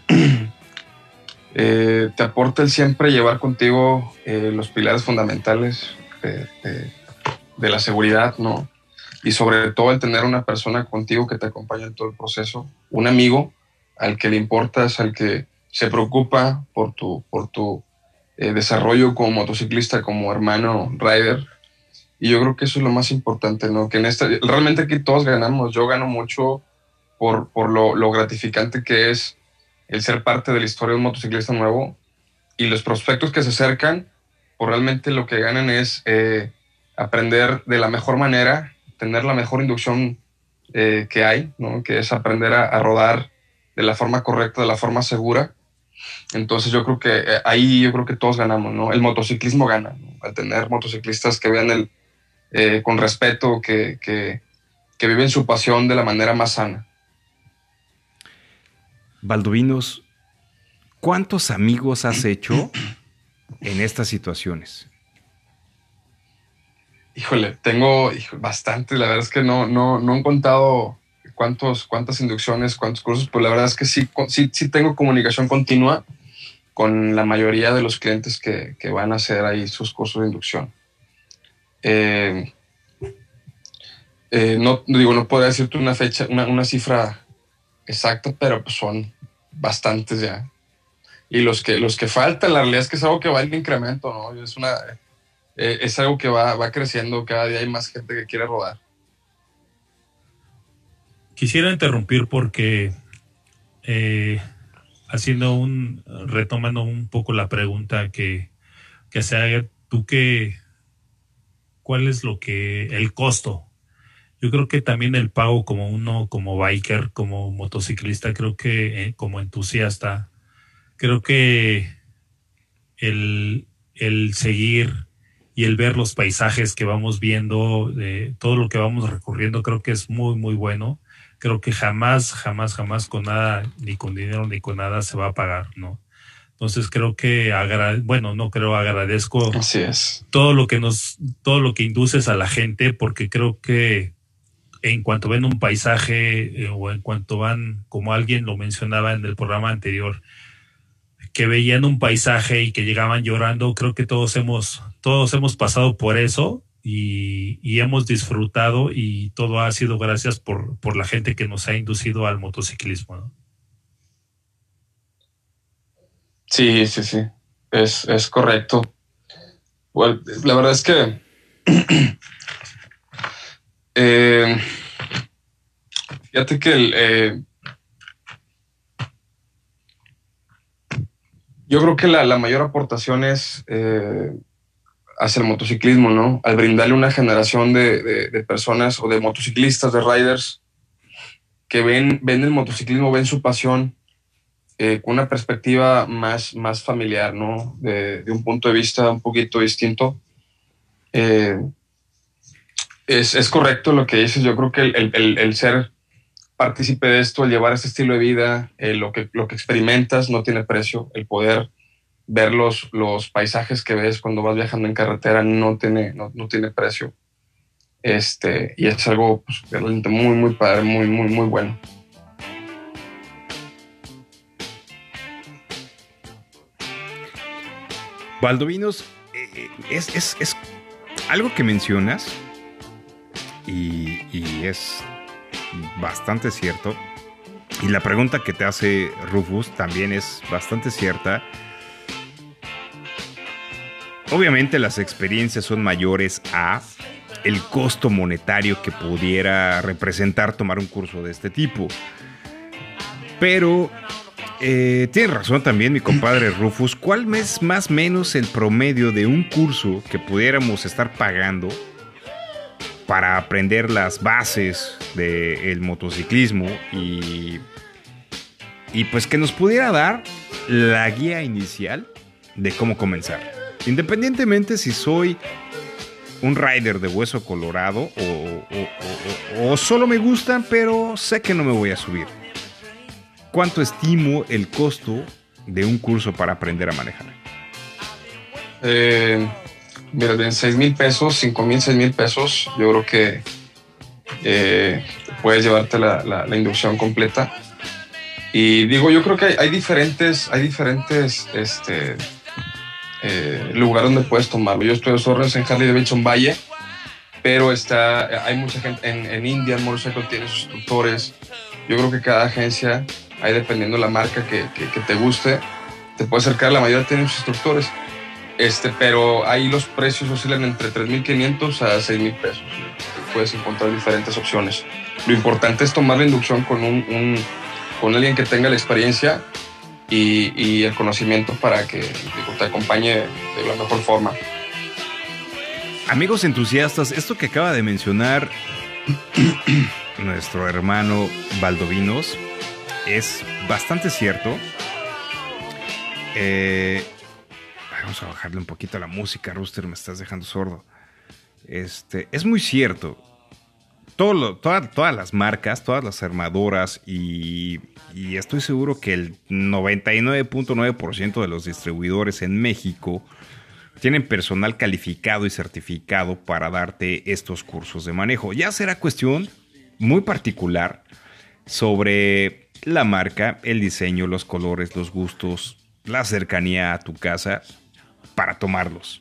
Eh, te aporta el siempre llevar contigo eh, los pilares fundamentales de, de, de la seguridad, ¿no? Y sobre todo el tener una persona contigo que te acompaña en todo el proceso, un amigo al que le importas, al que se preocupa por tu, por tu eh, desarrollo como motociclista, como hermano rider. Y yo creo que eso es lo más importante, ¿no? Que en esta, realmente aquí todos ganamos. Yo gano mucho por, por lo, lo gratificante que es el ser parte de la historia de un motociclista nuevo, y los prospectos que se acercan, pues realmente lo que ganan es eh, aprender de la mejor manera, tener la mejor inducción eh, que hay, ¿no? Que es aprender a, a rodar de la forma correcta, de la forma segura. Entonces yo creo que eh, ahí yo creo que todos ganamos, ¿no? El motociclismo gana, ¿no? Al tener motociclistas que vean el, eh, con respeto, que, que, que viven su pasión de la manera más sana. Valdovinos, ¿cuántos amigos has hecho en estas situaciones? Híjole, tengo hijo, bastante. La verdad es que no, no, no he contado cuántos, cuántas inducciones, cuántos cursos, pero la verdad es que sí, sí, sí tengo comunicación continua con la mayoría de los clientes que, que van a hacer ahí sus cursos de inducción. Eh, eh, no digo, no podría decirte una fecha, una, una cifra exacta, pero pues son bastantes ya. Y los que, los que faltan, la realidad es que es algo que va en incremento, ¿no? Es una... Eh, es algo que va, va creciendo, cada día hay más gente que quiere rodar. Quisiera interrumpir porque eh, haciendo un, retomando un poco la pregunta que, que se haga, tú que, ¿cuál es lo que, el costo? Yo creo que también el pago como uno, como biker, como motociclista, creo que eh, como entusiasta, creo que el, el seguir y el ver los paisajes que vamos viendo, de todo lo que vamos recorriendo, creo que es muy, muy bueno. Creo que jamás, jamás, jamás con nada, ni con dinero, ni con nada se va a pagar, ¿no? Entonces creo que, agra- bueno, no creo, agradezco Así es. todo lo que nos, todo lo que induces a la gente, porque creo que en cuanto ven un paisaje eh, o en cuanto van, como alguien lo mencionaba en el programa anterior, que veían un paisaje y que llegaban llorando, creo que todos hemos, todos hemos pasado por eso y, y hemos disfrutado y todo ha sido gracias por, por la gente que nos ha inducido al motociclismo, ¿no? Sí, sí, sí, es, es correcto. Bueno, la verdad es que eh, fíjate que el, eh, yo creo que la, la mayor aportación es eh, hacia el motociclismo, ¿no? Al brindarle una generación de, de, de personas o de motociclistas, de riders, que ven, ven el motociclismo, ven su pasión eh, con una perspectiva más, más familiar, ¿no? De, de un punto de vista un poquito distinto. Eh, es, es correcto lo que dices. Yo creo que el, el, el ser partícipe de esto, el llevar este estilo de vida, eh, lo, que, lo que experimentas no tiene precio. El poder ver los, los paisajes que ves cuando vas viajando en carretera no tiene, no, no tiene precio. Este, y es algo pues, realmente muy, muy padre, muy, muy, muy bueno. Valdovinos, eh, es, es, es algo que mencionas y, y es bastante cierto. Y la pregunta que te hace Rufus también es bastante cierta. Obviamente las experiencias son mayores a el costo monetario que pudiera representar tomar un curso de este tipo. Pero eh, tiene razón también mi compadre Rufus. ¿Cuál es más o menos el promedio de un curso que pudiéramos estar pagando para aprender las bases del motociclismo y, y pues que nos pudiera dar la guía inicial de cómo comenzar? Independientemente si soy un rider de hueso colorado o, o, o, o solo me gustan, pero sé que no me voy a subir. ¿Cuánto estimo el costo de un curso para aprender a manejar? Eh, mira, en seis mil pesos, cinco mil, seis mil pesos, yo creo que eh, puedes llevarte la, la, la inducción completa. Y digo, yo creo que hay, hay diferentes, hay diferentes este, eh, lugares donde puedes tomarlo. Yo estoy a órdenes en Harley Davidson Valle, pero está, hay mucha gente en, en Indian Motorcycle, tiene sus instructores. Yo creo que cada agencia, ahí dependiendo de la marca que, que, que te guste, te puede acercar. La mayoría tienen sus instructores, este, pero ahí los precios oscilan entre tres mil quinientos a seis mil pesos. Puedes encontrar diferentes opciones. Lo importante es tomar la inducción con, un, un, con alguien que tenga la experiencia y, y el conocimiento para que digo, te acompañe de la mejor forma. Amigos entusiastas, esto que acaba de mencionar nuestro hermano Valdovinos es bastante cierto. Eh, vamos a bajarle un poquito a la música, Rooster, me estás dejando sordo. Este, es muy cierto. Todo lo, toda, todas las marcas, todas las armadoras y, y estoy seguro que el noventa y nueve punto nueve por ciento de los distribuidores en México Tienen personal calificado y certificado para darte estos cursos de manejo. Ya será cuestión muy particular sobre la marca, el diseño, los colores, los gustos, la cercanía a tu casa para tomarlos.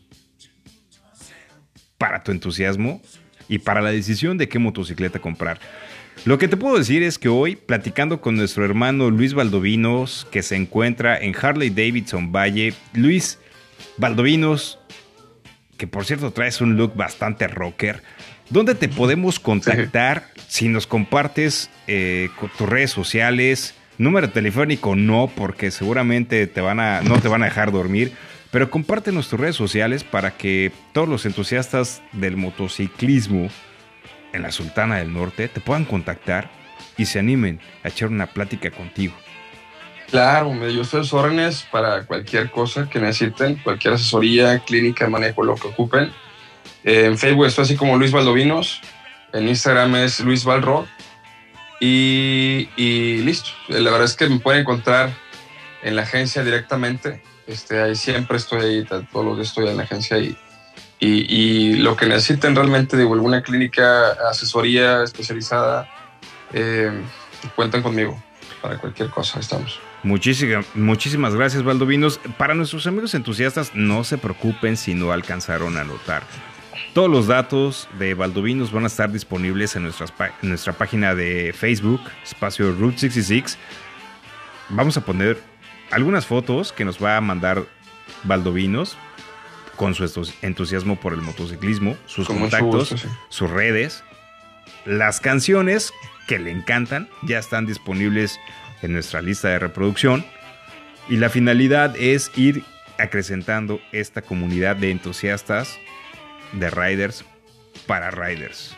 Para tu entusiasmo y para la decisión de qué motocicleta comprar. Lo que te puedo decir es que hoy, platicando con nuestro hermano Luis Valdovinos, que se encuentra en Harley Davidson Valle. Luis Valdovinos, que por cierto traes un look bastante rocker. ¿Dónde te podemos contactar? Sí. Si nos compartes eh, con tus redes sociales, número telefónico no, porque seguramente te van a, no te van a dejar dormir, pero compártenos tus redes sociales para que todos los entusiastas del motociclismo en la Sultana del Norte te puedan contactar y se animen a echar una plática contigo. Claro, yo estoy a sus órdenes para cualquier cosa que necesiten, cualquier asesoría, clínica, manejo, lo que ocupen. Eh, en Facebook estoy así como Luis Valdovinos, en Instagram es Luis Valro y, y listo. La verdad es que me pueden encontrar en la agencia directamente. Este, ahí siempre estoy ahí, todos los días estoy en la agencia y, y, y lo que necesiten realmente, digo, alguna clínica, asesoría especializada, eh, cuentan conmigo para cualquier cosa, estamos. Muchísimas, muchísimas gracias, Valdovinos. Para nuestros amigos entusiastas, no se preocupen si no alcanzaron a notar. Todos los datos de Valdovinos van a estar disponibles en, nuestras, en nuestra página de Facebook, espacio Route sesenta y seis. Vamos a poner algunas fotos que nos va a mandar Valdovinos con su entusiasmo por el motociclismo, sus con contactos, gusto, sí. sus redes, las canciones que le encantan, ya están disponibles en nuestra lista de reproducción y la finalidad es ir acrecentando esta comunidad de entusiastas de riders para riders.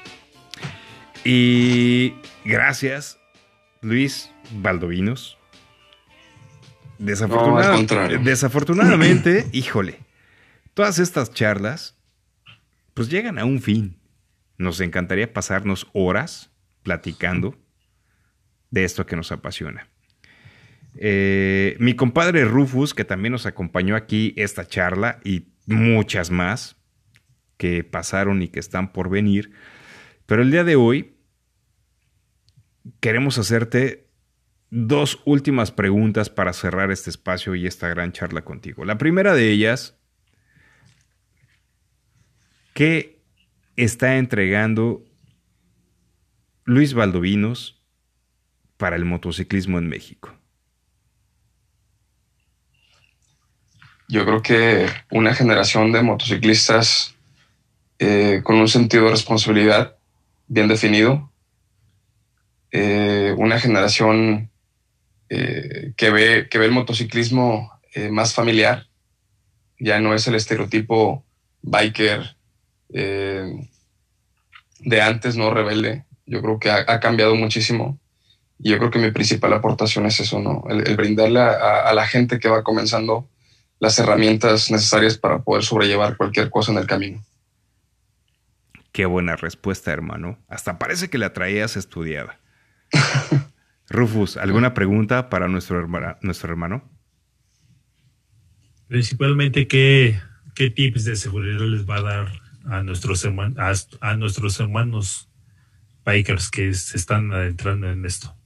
Y gracias, Luis Valdovinos. Desafortunada, no, desafortunadamente, híjole, todas estas charlas pues llegan a un fin. Nos encantaría pasarnos horas platicando de esto que nos apasiona. Eh, mi compadre Rufus, que también nos acompañó aquí esta charla y muchas más que pasaron y que están por venir, pero el día de hoy queremos hacerte dos últimas preguntas para cerrar este espacio y esta gran charla contigo. La primera de ellas, ¿qué está entregando Luis Valdovinos para el motociclismo en México? Yo creo que una generación de motociclistas eh, con un sentido de responsabilidad bien definido, eh, una generación eh, que, ve, que ve el motociclismo eh, más familiar, ya no es el estereotipo biker eh, de antes, no rebelde. Yo creo que ha, ha cambiado muchísimo. Y yo creo que mi principal aportación es eso, ¿no? El, el brindarle a, a la gente que va comenzando las herramientas necesarias para poder sobrellevar cualquier cosa en el camino. Qué buena respuesta, hermano. Hasta parece que la traías estudiada. Rufus, ¿alguna pregunta para nuestro hermano? Nuestro hermano? Principalmente, ¿qué, qué tips de seguridad les va a dar a nuestros hermanos, a, a nuestros hermanos bikers que se están adentrando en esto?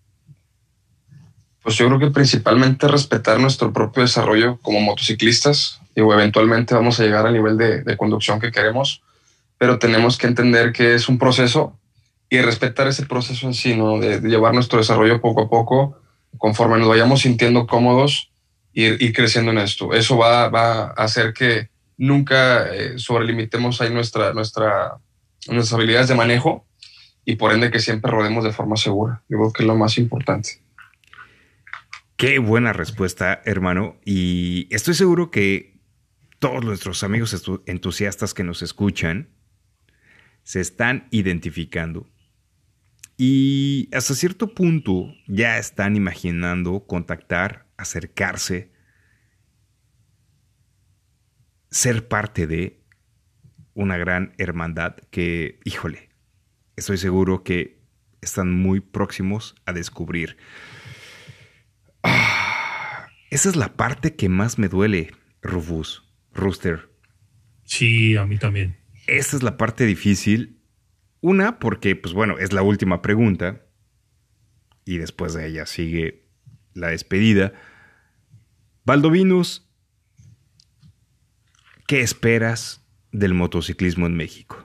Pues yo creo que principalmente respetar nuestro propio desarrollo como motociclistas. Digo, eventualmente vamos a llegar al nivel de, de conducción que queremos, pero tenemos que entender que es un proceso y respetar ese proceso en sí, ¿no? De, de llevar nuestro desarrollo poco a poco, conforme nos vayamos sintiendo cómodos, ir, ir creciendo en esto. Eso va, va a hacer que nunca eh, sobrelimitemos ahí nuestra, nuestra, nuestras habilidades de manejo y por ende que siempre rodemos de forma segura. Yo creo que es lo más importante. Qué buena respuesta, hermano. Y estoy seguro que todos nuestros amigos entusiastas que nos escuchan se están identificando y hasta cierto punto ya están imaginando contactar, acercarse, ser parte de una gran hermandad que, híjole, estoy seguro que están muy próximos a descubrir. Ah, esa es la parte que más me duele, Rufus, Rooster. Sí, a mí también. Esta es la parte difícil. Una, porque, pues bueno, es la última pregunta. Y después de ella sigue la despedida. Valdovinos, ¿qué esperas del motociclismo en México?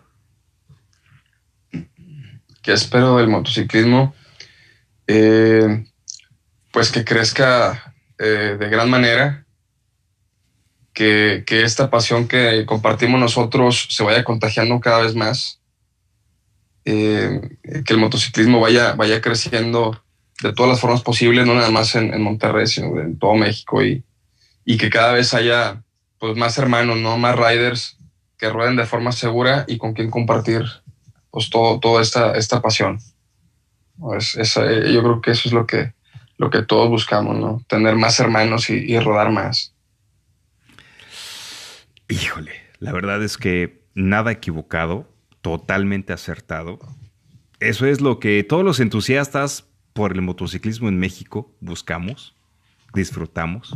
¿Qué espero del motociclismo? Eh, pues que crezca eh, de gran manera, que, que esta pasión que compartimos nosotros se vaya contagiando cada vez más, eh, que el motociclismo vaya, vaya creciendo de todas las formas posibles, no nada más en, en Monterrey, sino en todo México, y, y que cada vez haya pues, más hermanos, ¿no? Más riders que rueden de forma segura y con quien compartir pues todo, toda esta, esta pasión. Es, es, yo creo que eso es lo que, lo que todos buscamos, ¿no? Tener más hermanos y, y rodar más. Híjole, la verdad es que nada equivocado, totalmente acertado. Eso es lo que todos los entusiastas por el motociclismo en México buscamos, disfrutamos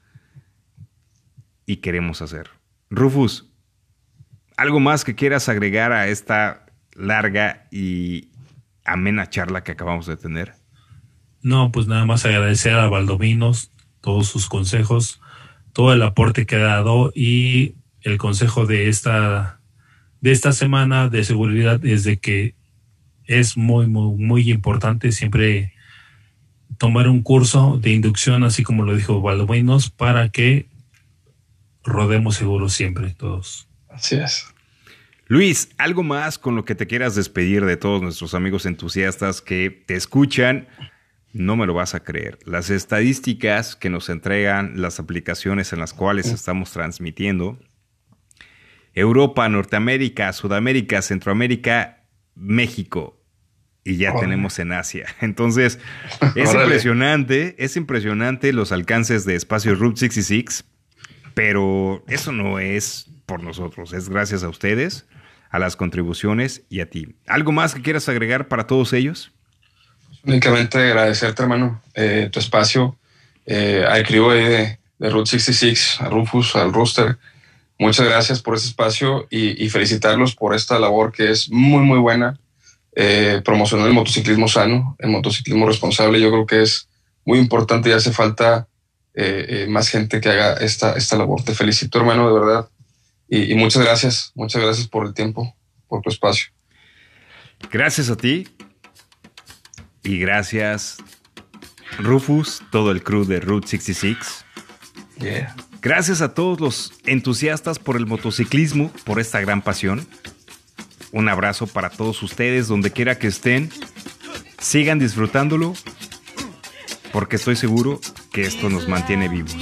y queremos hacer. Rufus, ¿algo más que quieras agregar a esta larga y amena charla que acabamos de tener? No, pues nada más agradecer a Valdovinos todos sus consejos, todo el aporte que ha dado, y el consejo de esta, de esta semana de seguridad es de que es muy, muy, muy importante siempre tomar un curso de inducción, así como lo dijo Valdovinos, para que rodemos seguros siempre todos. Así es. Luis, ¿algo más con lo que te quieras despedir de todos nuestros amigos entusiastas que te escuchan? No me lo vas a creer. Las estadísticas que nos entregan las aplicaciones en las cuales estamos transmitiendo: Europa, Norteamérica, Sudamérica, Centroamérica, México, y ya oh. tenemos en Asia. Entonces, es Órale. impresionante, es impresionante los alcances de Espacio Route sesenta y seis, pero eso no es por nosotros, es gracias a ustedes, a las contribuciones y a ti. ¿Algo más que quieras agregar para todos ellos? Únicamente agradecerte, hermano, eh, tu espacio, eh, al crew de, de Route sesenta y seis, a Rufus, al Rooster. Muchas gracias por ese espacio y, y felicitarlos por esta labor que es muy, muy buena. Eh, promocionar el motociclismo sano, el motociclismo responsable. Yo creo que es muy importante y hace falta eh, eh, más gente que haga esta, esta labor. Te felicito, hermano, de verdad. Y, y muchas gracias, muchas gracias por el tiempo, por tu espacio. Gracias a ti. Y gracias, Rufus, todo el crew de Route sesenta y seis. Yeah. Gracias a todos los entusiastas por el motociclismo, por esta gran pasión. Un abrazo para todos ustedes, donde quiera que estén. Sigan disfrutándolo, porque estoy seguro que esto nos mantiene vivos.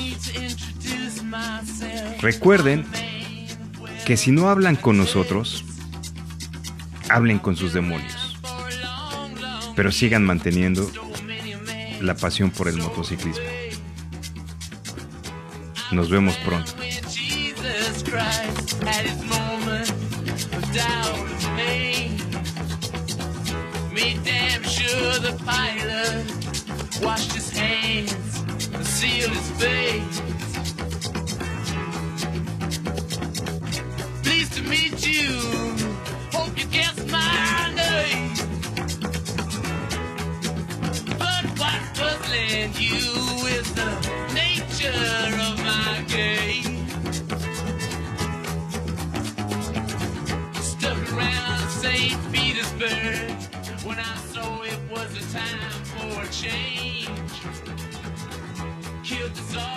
Recuerden que si no hablan con nosotros, hablen con sus demonios. Pero sigan manteniendo la pasión por el motociclismo. Nos vemos pronto. You is the nature of my game. Stuck around Saint Petersburg when I saw it was a time for a change. Killed the Tsar.